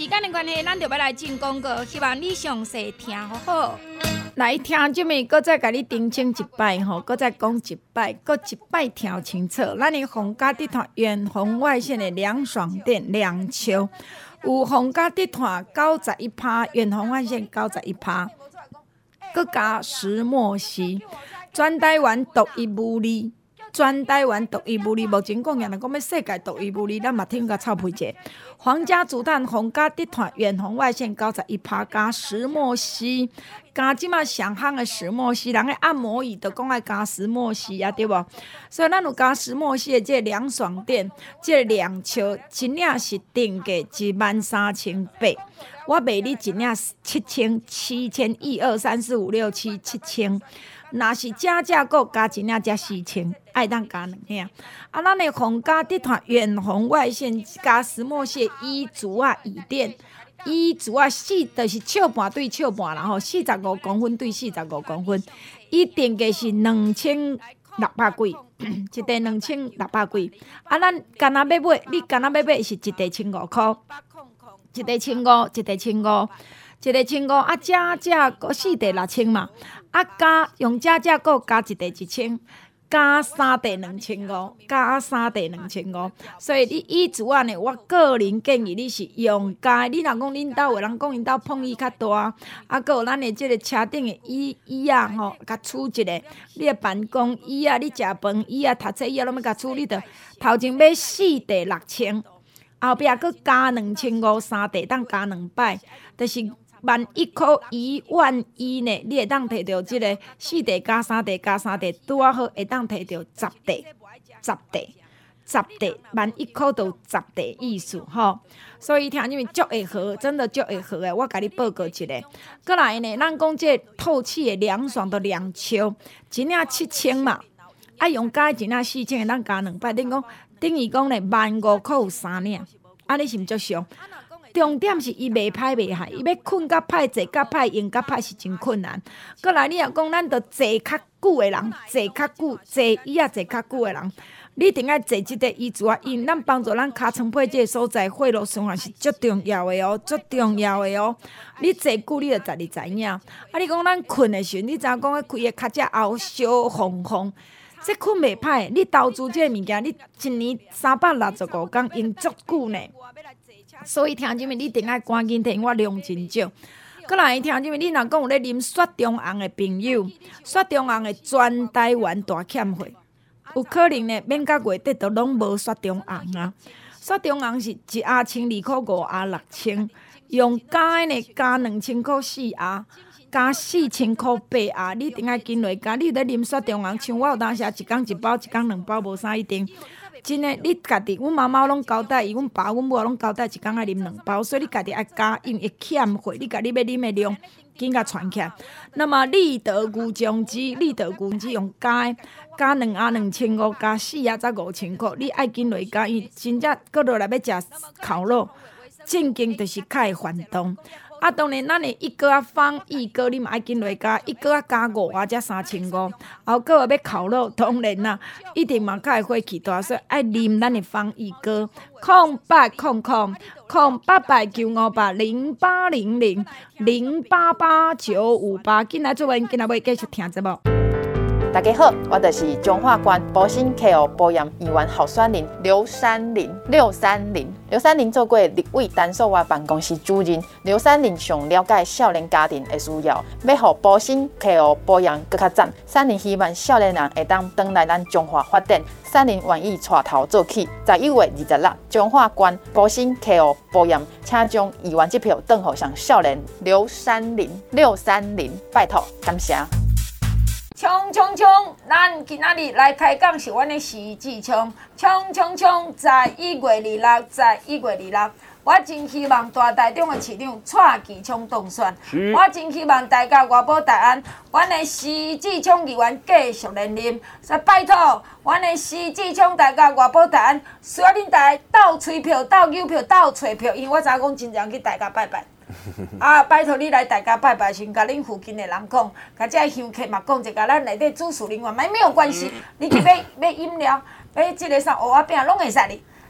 时间的关系，咱就要来进广告，希望你详细听好好。来听这么，搁再甲你澄清一摆吼，搁再讲一摆，搁一摆听清楚。咱的皇家集团远红外线的凉爽电两球，有皇家集团九十一趴，远红外线九十一趴，搁加石墨烯，全台湾独一无二。全台湾独一无二，目前讲，若讲要世界独一无二，咱嘛听甲臭屁者。皇家竹炭、皇家集团远红外线九十一趴，加石墨烯，加即马上夯的石墨烯，人个按摩椅都讲爱加石墨烯啊，对无？所以咱有加石墨烯的这个凉爽垫，这个两球一领是定价一万三千八，我卖你一领七千、七千一二三四五六七七千。若是加价购加一领才四千，爱当加两领。啊，咱的皇家集团远红外线加石墨烯衣足啊椅垫，衣足啊四就是笑盘对笑盘啦吼，四十五公分对四十五公分，伊定价是两千六百几，一地两千六百几。啊，咱干那要买，你干那要买是一地千五块，一地千五，一地千五。一个千五，啊加价个四地六千嘛，啊加用加价个加一地一千，加三地两千五，加三地两千五。所以你衣足啊呢，我个人建议你是用加。你若讲恁兜有人讲因兜碰椅较大，啊，搁有咱的即个车顶的椅椅啊吼，甲储一个。你的办公椅啊，你食饭椅啊，读册椅啊，拢要甲处理着。头前买四地六千，后壁搁加两千五，三地当加两摆，就是。万一块一万一呢，你会当摕到即个四地加三地加三地，拄啊好会当摕到十地，十地，十地，万一块都十地意思吼。所以听你们足会好，真的足会好诶，我甲你报告一下。过来呢，咱讲这透气的凉爽的凉秋，一领七千嘛，啊用加一领四千，咱加两百，等于讲等于讲咧万五块有三领，啊你是毋足俗？重点是伊袂歹袂害，伊要困甲歹、坐甲歹、用甲歹是真困难。过来，你若讲咱着坐较久的人，坐较久、坐椅仔坐较久的人，你一定爱坐即个椅子啊，因咱帮助咱尻川背即个所在血路循环是足重要的哦，足重要的哦。你坐久，你就家己知影。啊，你讲咱困的时阵，你知影讲开个脚只后小红红。这困袂歹，你投资这个物件，你一年三百六十五天用足久呢。所以听姐妹，你一定爱赶紧听，我量真少。过来听姐妹，你若讲有咧啉雪中红的朋友，雪中红的全台湾大欠货，有可能呢免到月底都拢无雪中红啊。雪中红是一盒千二块，五盒六千，用加的呢加两千块四盒。加四千块八啊！你一定爱紧落加，你咧啉雪中红，像我有当时一工一包，一工两包，无啥一定。真诶，你家己，阮妈妈拢交代伊，阮爸、阮母拢交代一工爱啉两包，所以你家己爱加，因为会欠货，你家己要啉诶量，紧甲传起来。那么立德牛酱汁，立德牛酱汁用加诶，加两盒两千五，加四盒才五千块，你爱紧落加，伊真正搁落来要食烤肉，正经就是较会反动。啊，当然，咱的一个啊放一个，你嘛爱紧落加，一个啊加五啊才三千五。后个要烤肉，当然啦，一定嘛较会火气大，所以爱啉咱的放一个。空八空空空八八九五八零八零零零八八九五八，进来做文，进来要继续听节目。 大家好，我就是彰化县保心 K O 保养议员候选人刘三林。刘三林，刘三林做过立委单数外办公室主任。刘三林上了解少年家庭的需要，要互保心 K O 保养更较赞。三林希望少年人会当回来咱彰化发展。三林愿意带头做起。十一月二十六，彰化县保心 K O 保养，请将议员这票转互上少年刘三林。刘三林，拜托，感谢。 冲冲冲！咱今仔日来开讲是阮的徐志昌。冲冲冲！十一月二六，十一月二六，我真希望大台中的市长蔡其昌当选。我真希望大家外保大安，阮的徐志昌议员继续连任。所以拜托，阮的徐志昌大家外保大安，需要恁大家斗吹票、斗邮票、斗找票，因为我知影讲真常去大家拜拜。啊！拜托你来大家拜拜，先甲恁附近的人讲，甲这香客嘛讲一下，咱内底主事人员，买没有关系。你去买买饮料，买即个啥蚵仔饼拢会使哩。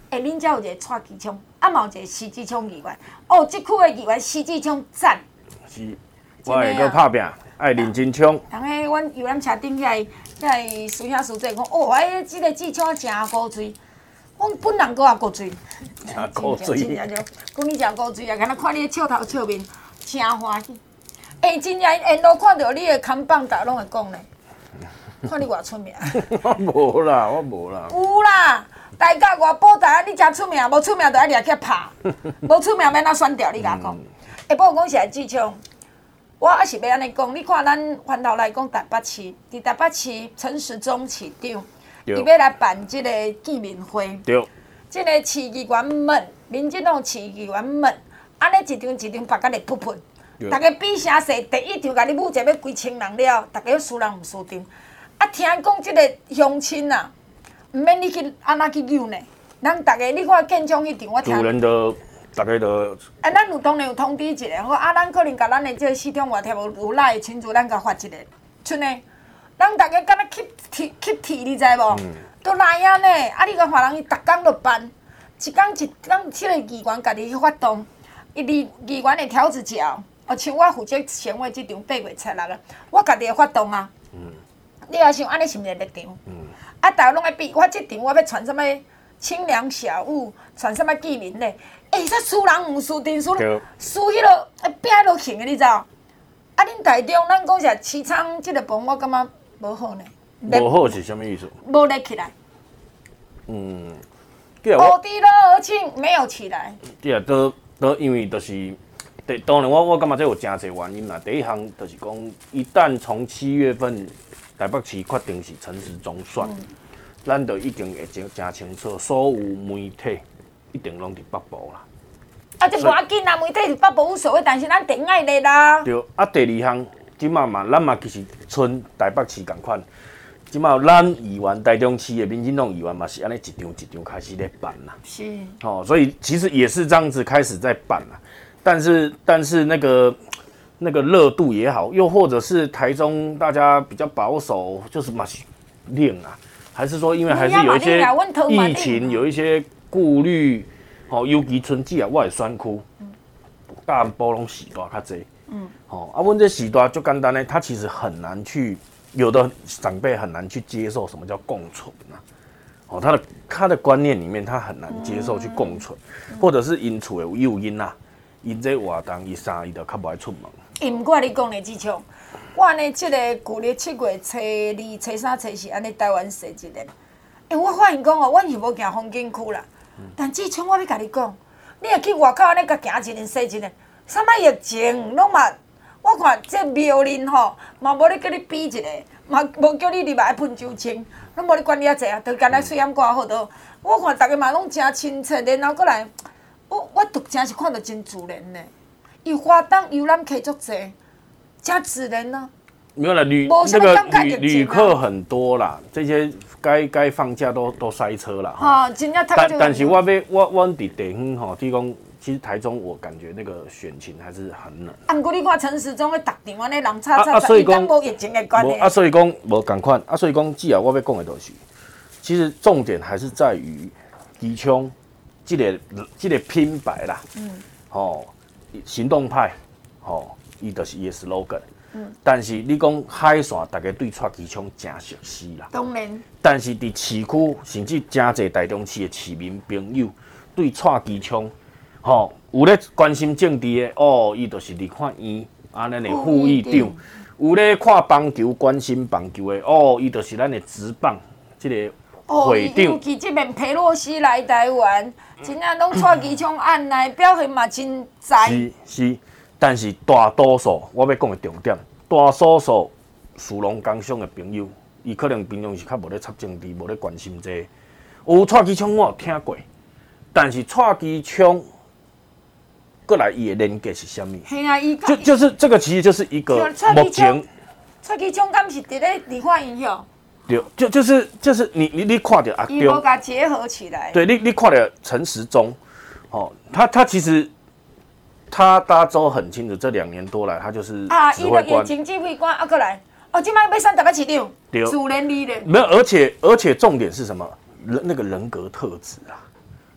哎，恁遮有一个蔡其昌，啊，嘛有一个施志昌议员。哦，即区的议员施志昌赞。 是，我会搁拍拼，爱认真冲。 人迄阮游览车顶遐遐师兄师姐讲，哦，哎，即个志昌真古锥。阮本人搁也古锥。 真古锥。 真正就讲你真古锥啊！敢若看你笑头笑面，真欢喜。哎，真正沿路看到你的看板，逐拢会讲咧。看你偌出名。 我无啦，我无啦。 有啦。大家外保台，你真出名，无出名就爱掠去拍，无出名免哪选掉？你甲我讲。下晡讲是来志昌，我还是要安尼讲。你看咱环头来讲台北市，伫台北市陈时中市长，伊要来办即个见面会。 对。 即个市议员们，民进党市议员们，安尼一场一场办甲会噗噗。大家比声势，第一场甲你舞者要几千人了，大家输人毋输阵。啊，听讲即个乡亲啊。毋免你去安那去扭呢，咱大家你看建昌迄场，我听。 主人的大家都。 啊，咱有当然有通知一下，我啊，咱可能甲咱的这个系统外贴有有赖的群主，咱甲发一个，剩的，咱大家敢若吸铁吸铁，你知无？嗯。都来啊呢，啊，你甲华人伊逐工都办，一工一工，即个议员家己去发动，伊议议员的条子条，哦，像我负责前卫即场八月七日啊，我家己会发动啊。嗯。你也想安尼是毋是立场？嗯。啊！大家拢爱比，我即场我要传什么清凉小物，传什么见面礼，哎、欸，煞输人毋输阵，输输迄落拼迄落行的，你知？啊，恁台中咱讲是市场即个部分，我感觉无好呢。 无好是啥物意思？ 无立起来。 嗯。 无地热情没有起来。 对啊，都都因为就是，第当然我我感觉这有真侪原因啦。第一项就是讲，一旦从七月份。台北市决定是陈时中选，嗯、咱就已经会真真清楚，所有媒体一定拢伫北部啦。 啊，这无要紧啦，媒体是北部无所谓，但是咱电爱咧啦。 对，啊，第二项，即马嘛，咱嘛其实剩台北市共款，即马咱议员台中市的民进党议员嘛是安尼一场一场开始咧办啦。 是。 哦，所以其实也是这样子开始在办啦，但是但是那个。那个热度也好，又或者是台中大家比较保守，就是嘛是冷啊，还是说因为还是有一些疫情，有一些顾虑，哦，尤其春季啊，我的选区，大部拢时大较济，嗯，哦，啊，阮这时大就简单呢，他其实很难去，有的长辈很难去接受什么叫共存啊，哦，他的他的观念里面，他很难接受去共存，嗯、或者是因厝有诱因啊，因这活动伊三伊就较无爱出门。 伊毋过你讲的志昌，我呢，即个旧历七月初二、初三、初四，安尼台湾踅一日。哎，我发现讲哦，阮是无行风景区啦。嗯、但志昌，我要甲你讲，你若去外口安尼甲行一日踅一日，啥物疫情拢嘛，我看这庙林吼，嘛无咧叫你比一个，嘛无叫你入来喷酒精，拢无咧管你遐济啊，就干来水淹挂好多。我看大家嘛拢真亲切，然后过来，我我独真是看到真自然呢。有花灯游览客足济，真自然呢、啊。 没有啦，旅那个旅旅客很多啦，这些该该放假都都塞车啦。 哈，真正但但是我要我我伫地方吼，提供其实台中我感觉那个选情还是很冷。 啊，不过你看陈时中的特点，安尼人吵吵吵，伊讲无疫情的关系。 啊，所以讲无共款，啊，所以讲只要我要讲的就是，其实重点还是在于基冲这个这个品牌啦。嗯。吼。行动派，吼、哦，伊就是伊的 slogan。嗯。但是你讲海线，大家对蔡其昌真熟悉啦。 当然。 但是伫市区，甚至真侪台中市的市民朋友，对蔡其昌，吼、哦，有咧关心政治的，哦，伊就是立法院安尼的副议长；有咧看棒球、关心棒球的，哦，伊就是咱的职棒即、这个会长。 尤其即边佩洛西来台湾。真正拢蔡其昌案内表现嘛真在。 是是，但是大多数我要讲的重点，大多数属龙工商的朋友，伊可能平常是较无咧插政治，无咧关心这个。有蔡其昌我有听过，但是蔡其昌过来伊的连结是啥物？ 系啊，伊就就是这个，其实就是一个目前。 蔡其昌敢是伫咧立法院遐？ 对，就就是就是你你你看到阿中，伊无甲结合起来。 对，你你看到陈时中，哦，他他其实他大家都很清楚，这两年多来他就是啊，伊个疫情指挥官啊，过来，哦，今摆要选台北市长，自然理的。 没有，而且而且重点是什么？人那个人格特质啊，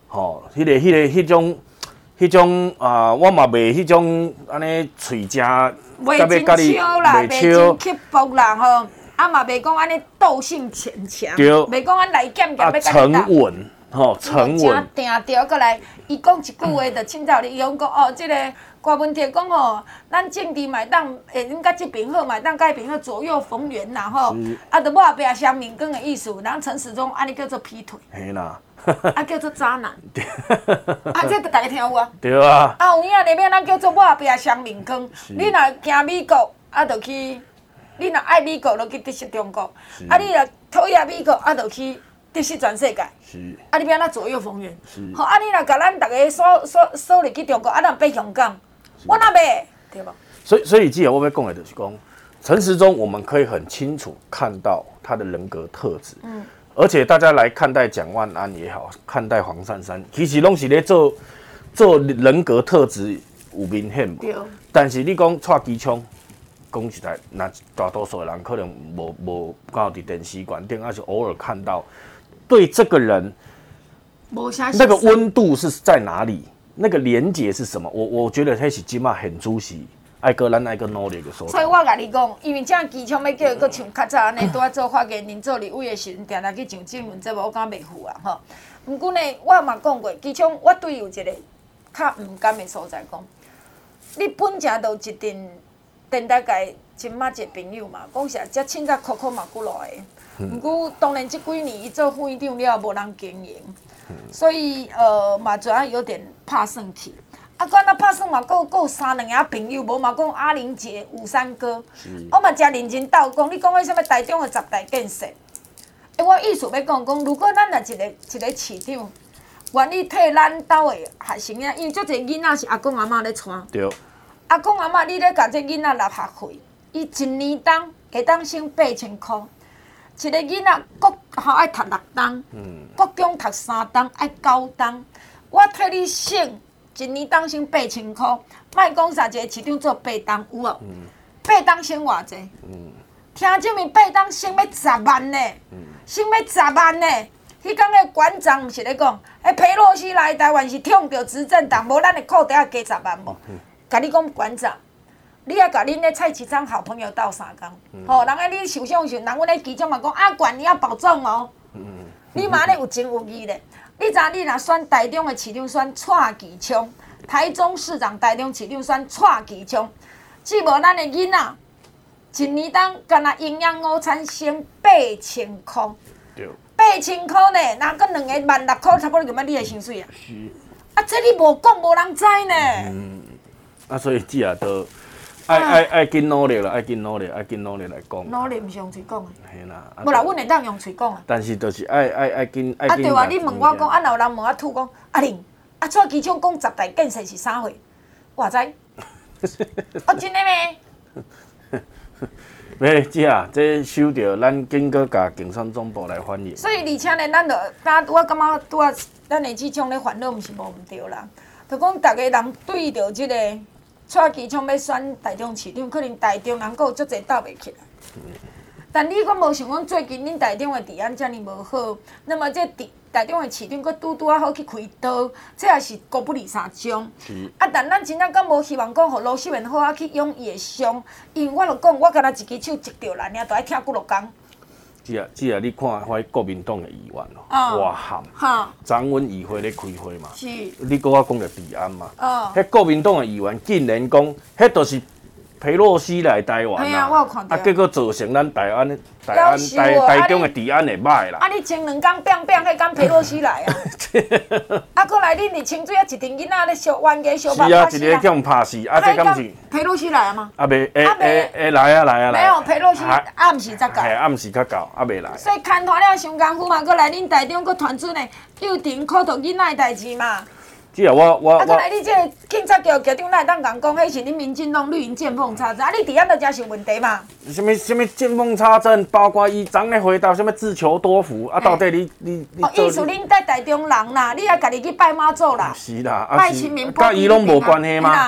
吼，迄、那个、迄、那个、迄种、迄种啊，我嘛袂迄种安尼喙食， 袂真笑啦，袂真刻薄啦吼，啊嘛袂讲安尼斗性强强，袂讲安来减减要甲你打。 沉稳，吼，沉稳。 定着过来，伊讲一句话，就凊彩你讲讲哦，即、这个郭文铁讲吼，咱政治嘛当会恁甲即边好，嘛当甲迄边好左右逢源啦吼，啊，着抹壁相面光的意思，人陈时中安尼叫做劈腿。 嘿啦。 啊，叫做渣男，啊，这大家听有啊？ 对啊。 啊，有影里面咱叫做抹壁双面光。你若行美国，啊，就去；你若爱美国，就去得失中国；啊，你若讨厌美国，啊，就去得失全世界。 是。 啊，你变咱左右逢源。是。好，啊，你若甲咱大家锁锁锁入去中国，啊，咱爬香港，我哪袂？对无？ 所以，所以，既然我要讲的就是讲，陈时中，我们可以很清楚看到他的人格特质。嗯。而且大家来看待蒋万安也好，看待黄珊珊，其实拢是咧做做人格特质有明显嘛。但是你讲蔡其昌，讲实在，那大多数的人可能无无刚好伫电视馆顶，还是偶尔看到，对这个人，那个温度是在哪里？那个连结是什么？我我觉得迄是即马很主席。爱个咱爱个努力的所在。 所以我甲你讲，因为这样机枪要叫伊搁像较早安尼，拄仔做发言人、做立委的时阵，定定去上新闻节目，我感觉袂赴啊吼。毋过呢，我嘛讲过，机枪我对有一个较毋甘的所在，讲你本正就一定电台界真捌一个朋友嘛，讲实遮凊彩苦苦嘛久落的。毋过当然即几年伊做副院长了，无人经营，所以呃嘛，主要有点拍算去。啊，我那拍算嘛，佫佫有三两个朋友，无嘛讲阿玲姐、吴三哥，我嘛真认真斗讲。你讲迄什么台中的十大建设？诶，我意思要讲讲，如果咱若一个一个市长，愿意替咱兜的学生仔，因为足侪囡仔是阿公阿嬷咧带。 对。 阿公阿嬷，你咧甲这囡仔纳学费，伊一年当会当省八千箍。一个囡仔国校爱读六档，嗯、国中读三档，爱九档。我替你省。一年当省八千块，莫讲啥一个市长做八档有无？嗯、八档省偌济？嗯、听证明八档省要十万呢，嗯、省要十万呢。迄讲个馆长毋是咧讲，迄裴洛西来台湾是冲着执政党，无咱的裤袋加十万无？甲、嗯、你讲馆长，你也甲恁咧蔡其昌好朋友斗相共，吼、嗯，人个你受伤时，人阮咧其中嘛讲阿管你要保重哦。嗯、你嘛咧有情有义咧。你知你若选台中的市长选蔡其昌，台中市长台中市长选蔡其昌，只无咱的囡仔一年当干那营养午餐省八千箍，八千箍呢，若搁两个万六箍，差不多就要你的薪水啊。是。啊，这你无讲，无人知呢。嗯。 啊，所以只啊都爱爱爱紧努力啦，爱紧努力，爱紧努力来讲。 努力毋是用嘴讲的。 嘿啦。 无啦，阮会当用嘴讲啊。 但是就是爱爱爱紧爱紧。 啊对啊，你问我讲，啊，若有人问我吐讲，阿玲，啊，蔡其昌讲十大建设是啥货？我知。哦，真的咩？ 没，姐啊，这收到，咱紧搁甲竞选总部来反映。 所以而且呢，咱着，咱我感觉拄啊，咱的这种咧烦恼，毋是无毋对啦。就讲，逐个人对着即个。蔡其昌要选台中市长，可能台中人阁有足侪斗袂起来。嗯、但你阁无想讲，最近恁台中的治安遮尔无好，那么这台中的市长阁拄拄啊好去开刀，这也是国不离三中。啊，但咱真正敢无希望讲，互罗秀燕好啊去养伊的伤，因为我著讲，我敢若一支手接着来，尔都爱听几落工。 只啊，只啊，你看迄国民党的议员哦，哇喊，昨阮议会咧开会嘛，是，你搁我讲着治安嘛，哦，迄国民党的议员竟然讲，迄著是裴洛西来台湾啦， 我有看到， 啊，结果造成咱台湾、台湾、台台中的治安会歹啦。 啊，你前两工变变，迄敢裴洛西来啊？啊，过来恁伫清水啊，一群囡仔咧烧冤家烧把拍死啊！是啊，一个叫拍死，啊，这敢是裴洛西来啊吗？ 啊，未，诶诶诶，来啊来啊来！ 没有裴洛西暗时才到， 系暗时才到，啊未来。 所以牵拖了伤功夫嘛，过来恁台中搁团出呢，幼婷苦读囡仔的代志嘛。 只啊，我我啊，过来你这个警察局局长，哪会当讲讲，迄是恁民进党绿营见缝插针，啊，你治安都真是有问题嘛？ 什么什么见缝插针，包括伊昨咧回答什么自求多福啊？到底你你你？ 哦，意思恁在台中人啦，你也家己去拜妈祖啦， 是啦， 拜神明， 甲伊拢无关系吗？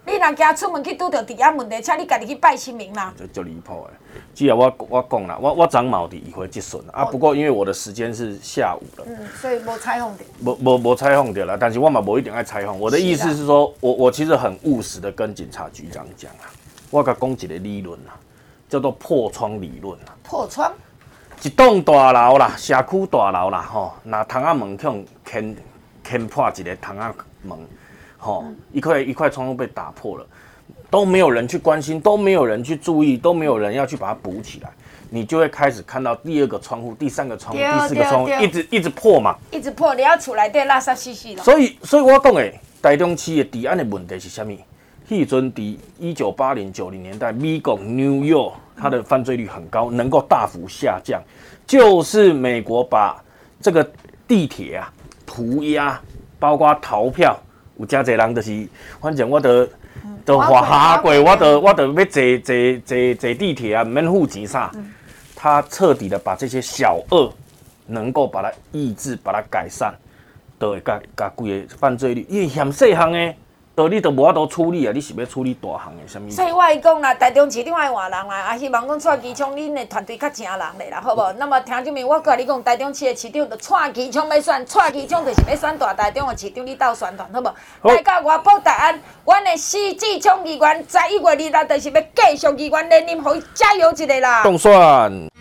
你若惊出门去拄着治安问题，请你家己去拜神明啦。 这就离谱诶！只要我我讲啦，我我长毛的移回即顺啊，不过因为我的时间是下午了， 嗯，所以无采访的。 无无无采访的啦，但是我嘛无一定爱采访。我的意思是说，我我其实很务实的跟警察局长讲啊，我甲讲一个理论啊，叫做破窗理论啊。 破窗？ 一栋大楼啦，社区大楼啦，吼，那窗仔门去用牵牵破一个窗仔门，吼，一块一块窗户被打破了。都没有人去关心，都没有人去注意，都没有人要去把它补起来，你就会开始看到第二个窗户、第三个窗户、第四个窗户一直一直破嘛， 一直破，你要厝内底垃圾死死了。 所以，所以我讲诶，台中市的治安的问题是什么？迄阵伫一九八零九零年代，美国 New York 它的犯罪率很高，能够大幅下降，就是美国把这个地铁啊涂鸦，包括逃票，有真侪人就是，反正我的。都滑下过，我都我都要坐坐坐坐地铁啊，唔免付钱啥。嗯、他彻底的把这些小恶能够把它抑制，把它改善，都会甲甲规个犯罪率，因为嫌细项的，道你都无法度处理啊，你是要处理大项的什么？ 所以我会讲啦，台中市另外换人啦，也希望讲蔡其昌恁的团队较正人咧啦，好无？那么听证明，我甲你讲，台中市的市长就蔡其昌要选，蔡其昌就是要选大台中的市长，你斗宣传好无？来到外埔大安，阮的施志昌议员十一月二日就是要继续议员连任，互伊加油一个啦！ 当选。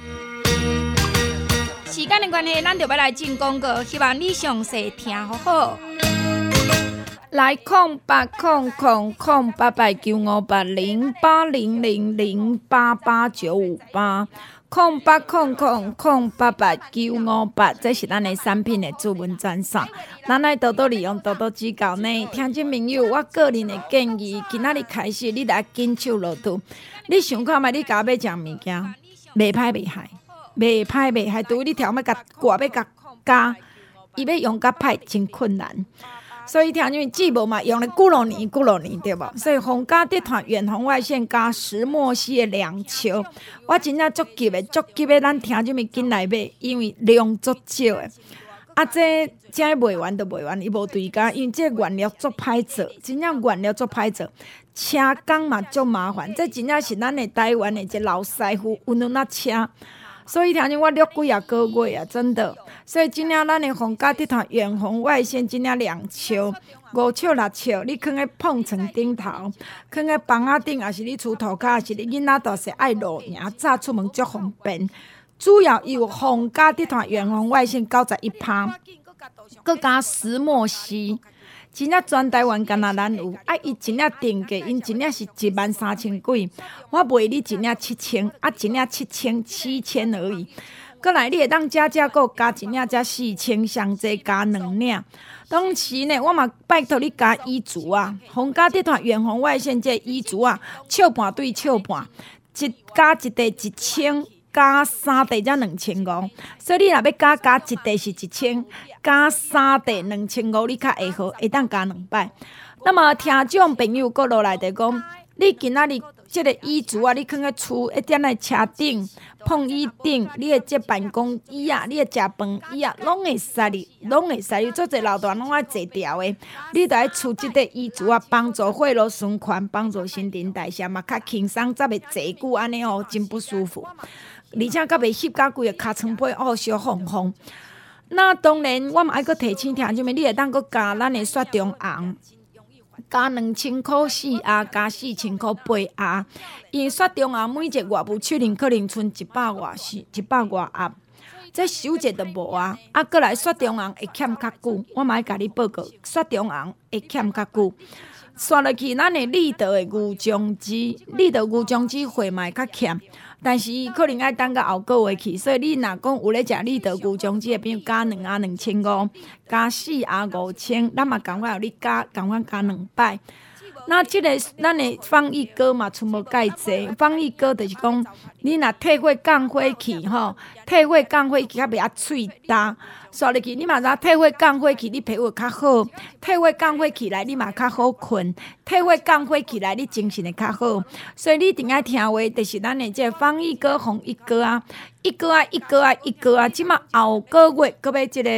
时间的关系，咱就要来进广告，希望你详细听好好。来空八空空空八八九五八零八零零零八八九五八空八空空空八八九五八，这是咱的产品的主文赞赏，咱来多多利用，多多指教呢。听众朋友，我个人的建议，今仔日开始，你来紧手落肚。你想看觅，你家要食物件，袂歹袂害，袂歹袂害，除非你条要甲挂要甲加，伊要用甲歹真困难。所以听因为既无嘛用了几落年几落年对无？所以红家集团远红外线加石墨烯的两球，我真正足急的，足急的，咱听这么紧来买，因为量足少的。啊，这这卖完就卖完，伊无对价，因为这原料足歹做，真正原料足歹做，车工嘛足麻烦。这真正是咱的台湾的一个老师傅，有能那车。所以听见我录几啊个月啊，真的。所以今仔咱的红家集团远红外线今仔两尺、五尺、六尺，你放在碰床顶头，放在房仔顶，也是你厝涂骹，也是你囡仔大细爱露营，早出门足方便。主要有红家集团远红外线九十一趴，佮加石墨烯。真正全台湾敢若咱有，啊！伊真正定价，因真正是一万三千几，我卖你真正七千，啊，真正七千七千而已。过来，你会当加价，佮加真正加四千，上济加两领。当时呢，我嘛拜托你加衣足啊，红家集团远红外线这衣足啊，笑半对笑半，一加一地一千。加三地才两千五，所以你若要加加一地是一千，加三地两千五，你较会好，会当加两摆。那么听众朋友搁落来就讲，你今仔日即个椅子啊，你放在厝一点在车顶、碰椅顶，你的这办公椅啊，你的食饭椅啊，拢会使哩，拢会使哩。做者老大拢爱坐调的，你着爱厝即个椅子啊，帮助血路循环，帮助新陈代谢嘛，较轻松，才袂坐久安尼哦，真不舒服。而且甲袂翕甲规个尻川背哦，小红红。那当然，我嘛爱阁提醒听众们，你会当阁加咱的雪中红，加两千块四盒，加四千块八盒。因为雪中红每一个外部手里可能剩一百外是一百外盒，这收者都无啊。啊，过来雪中红会欠较久，我嘛爱甲你报告，雪中红会欠较久。刷落去，咱的立德的牛浆汁，立德牛浆汁货嘛会较欠。但是可能爱等到后个月去，所以你若讲有咧食立德牛浆汁的朋友加两盒两千五，加四盒五千，咱嘛赶快互你加，赶快加两摆。那即、这个咱的防疫膏嘛，全无介济。防疫膏就是讲，你若退火降火气吼，退火降火气较袂遐喙焦，刷入去你嘛知退火降火气，你皮肤较好；退火降火起来，你嘛较好困；退火降火起来，你精神会较好。所以你一定要听话，就是咱的这防疫膏、防疫膏啊，一膏啊，一膏啊，一膏啊，即马后个月搁要即个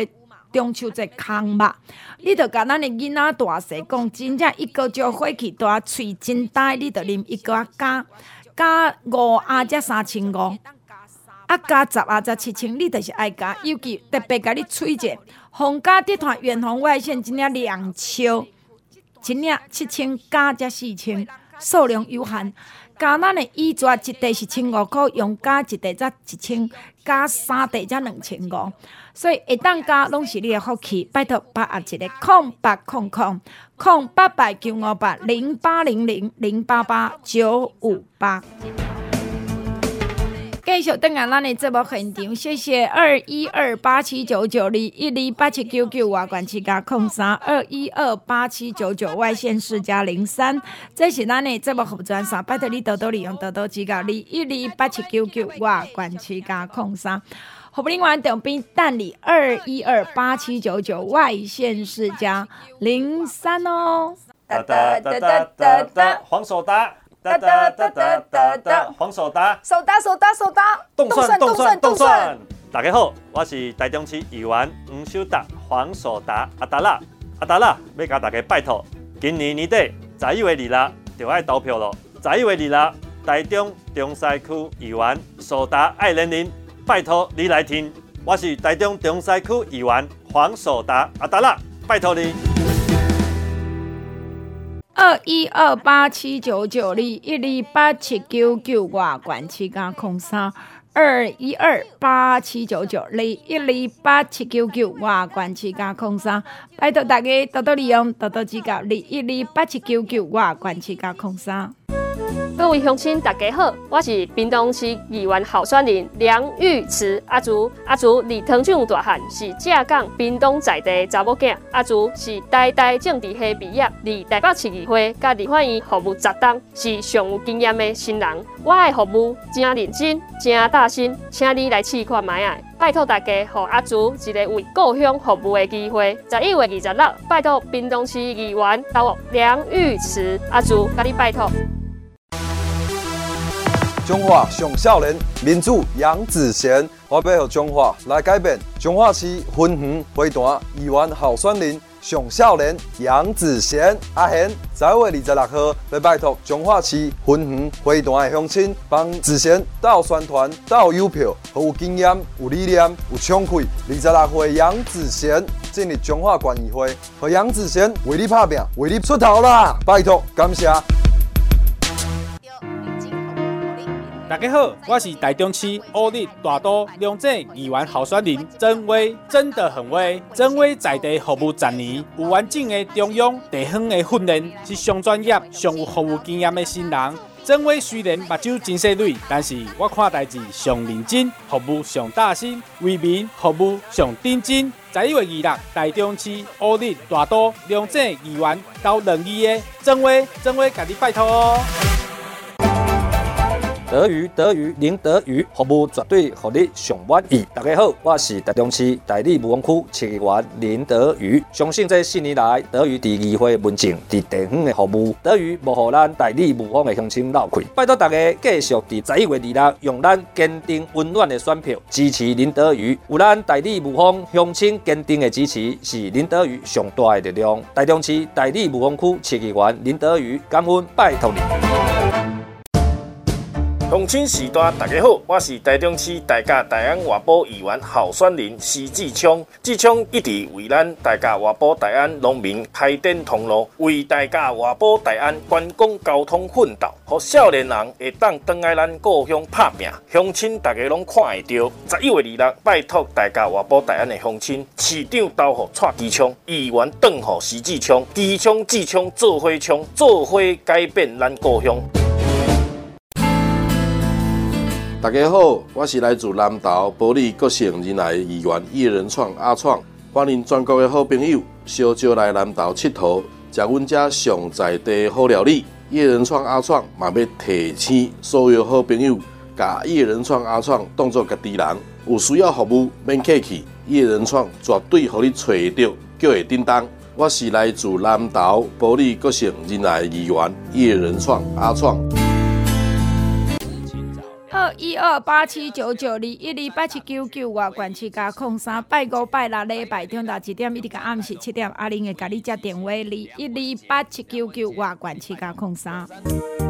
中秋节空肉，你着甲咱的囡仔大细讲，真正一个招火气大，喙真大，你着啉一个啊加加五啊，才三千五，啊加十啊才七千，你着是爱加，尤其特别甲你吹者，红加这团远红外线真正两超，真正七千加才四千，数量有限。加咱的衣纸一地是千五块，用加一地才一千，加三地才两千五，所以会当加拢是你的福气。拜托把握一个空八空空空八八九五八零八零零零八八九五八。继续登来咱的节目现场，谢谢二一二八七九九二一二八七九九外管七加空三二一二八七九九外线四加零三，这是咱的节目服专线，拜托你多多利用，多多指教。二一二八七九九外管七加空三，服务人员长边等你二一二八七九九外线四加零三哦。 哒哒哒哒哒哒，黄手搭。哒哒哒哒哒哒，黄手搭， 手搭手搭手搭， 动算动算动算。大家好，我是台中市议员黄守达，黄手搭阿达拉阿达拉，要甲大家拜托，今年年底十一月二日就爱投票咯。十一月二日，台中中西区议员手搭爱人林，拜托你来听，我是台中中西区议员黄手搭阿达拉，拜托你。 二一二八七九九二一二八七九九外管七加空三二一二八七九九二一二八七九九外管七加空三，拜托大家多多利用，多多指教。二一二八七九九外管七加空三。 各位乡亲，大家好，我是屏东市议员候选人梁玉慈阿竹。阿竹离糖厂大汉，是正港屏东在地查某囝。阿竹是代代政治系毕业，离台北市议会甲立法院服务十档，是上有经验的新人。我的服务真认真，真大心，请你来试看卖啊！拜托大家，给阿竹一个为故乡服务的机会。十一月二十六，拜托屏东市议员投梁玉慈阿竹，甲你拜托。 中华上少年民主杨子贤，我要让中华来改变。中华市分园花坛议员候选人上少年杨子贤阿贤，十一月二十六号要拜托中华市分园花坛的乡亲，帮子贤斗宣传、斗邮票，和有经验、有理念、有冲气。二十六岁杨子贤进入中华县议会，和杨子贤为你拍拼，为你出头啦！拜托，感谢。 大家好，我是台中市乌日大都两镇议员候选人曾威，真的很威。曾威在地服务十年，有完整的中央地方的训练，是上专业、上有服务经验的新人。曾威虽然目睭真细蕊，但是我看代志上认真，服务上大心，为民服务上认真。十一月二六，台中市乌日大都两镇议员到两议的曾威，曾威甲你拜托哦。 德语德语零德语服务绝对让你上满意。大家好，我是台中市大理武峰区市议员林德瑜。相信这四年来，德语伫议会文政、伫地方的服务，德语无互咱大理武峰的乡亲漏气。拜托大家继续伫十一月二日，用咱坚定温暖的选票支持林德瑜。有咱大理武峰乡亲坚定的支持，是林德瑜上大的力量。台中市大理武峰区市议员林德瑜，感恩拜托你。 乡亲时代，大家好，我是台中市大甲大安外埔议员候选人施志昌。志昌一直为咱大甲外埔大安农民开展通路，为大甲外埔大安观光交通奋斗，让少年人会当回来咱故乡拍拼。乡亲大家拢看会到，十一月二日，拜托大甲外埔大安的乡亲，市长投予蔡基昌，议员转予施志昌，基昌志昌做伙冲，做伙改变咱故乡。 大家好，我是来自南投埔里国姓仁爱议员叶仁创阿创，欢迎全国的好朋友小招来南投佚佗，食阮遮上在地好料理。叶仁创阿创嘛要提醒所有好朋友，甲叶仁创阿创当作家己人，有需要服务免客气，叶仁创绝对互你找得到，叫会叮当。我是来自南投埔里国姓仁爱议员叶仁创阿创。 二二一二八七九九二一二八七九九外管七加空三，拜五拜六礼拜中昼一点一直到暗时七点，阿玲会甲你接电话二一二八七九九外管七加空三。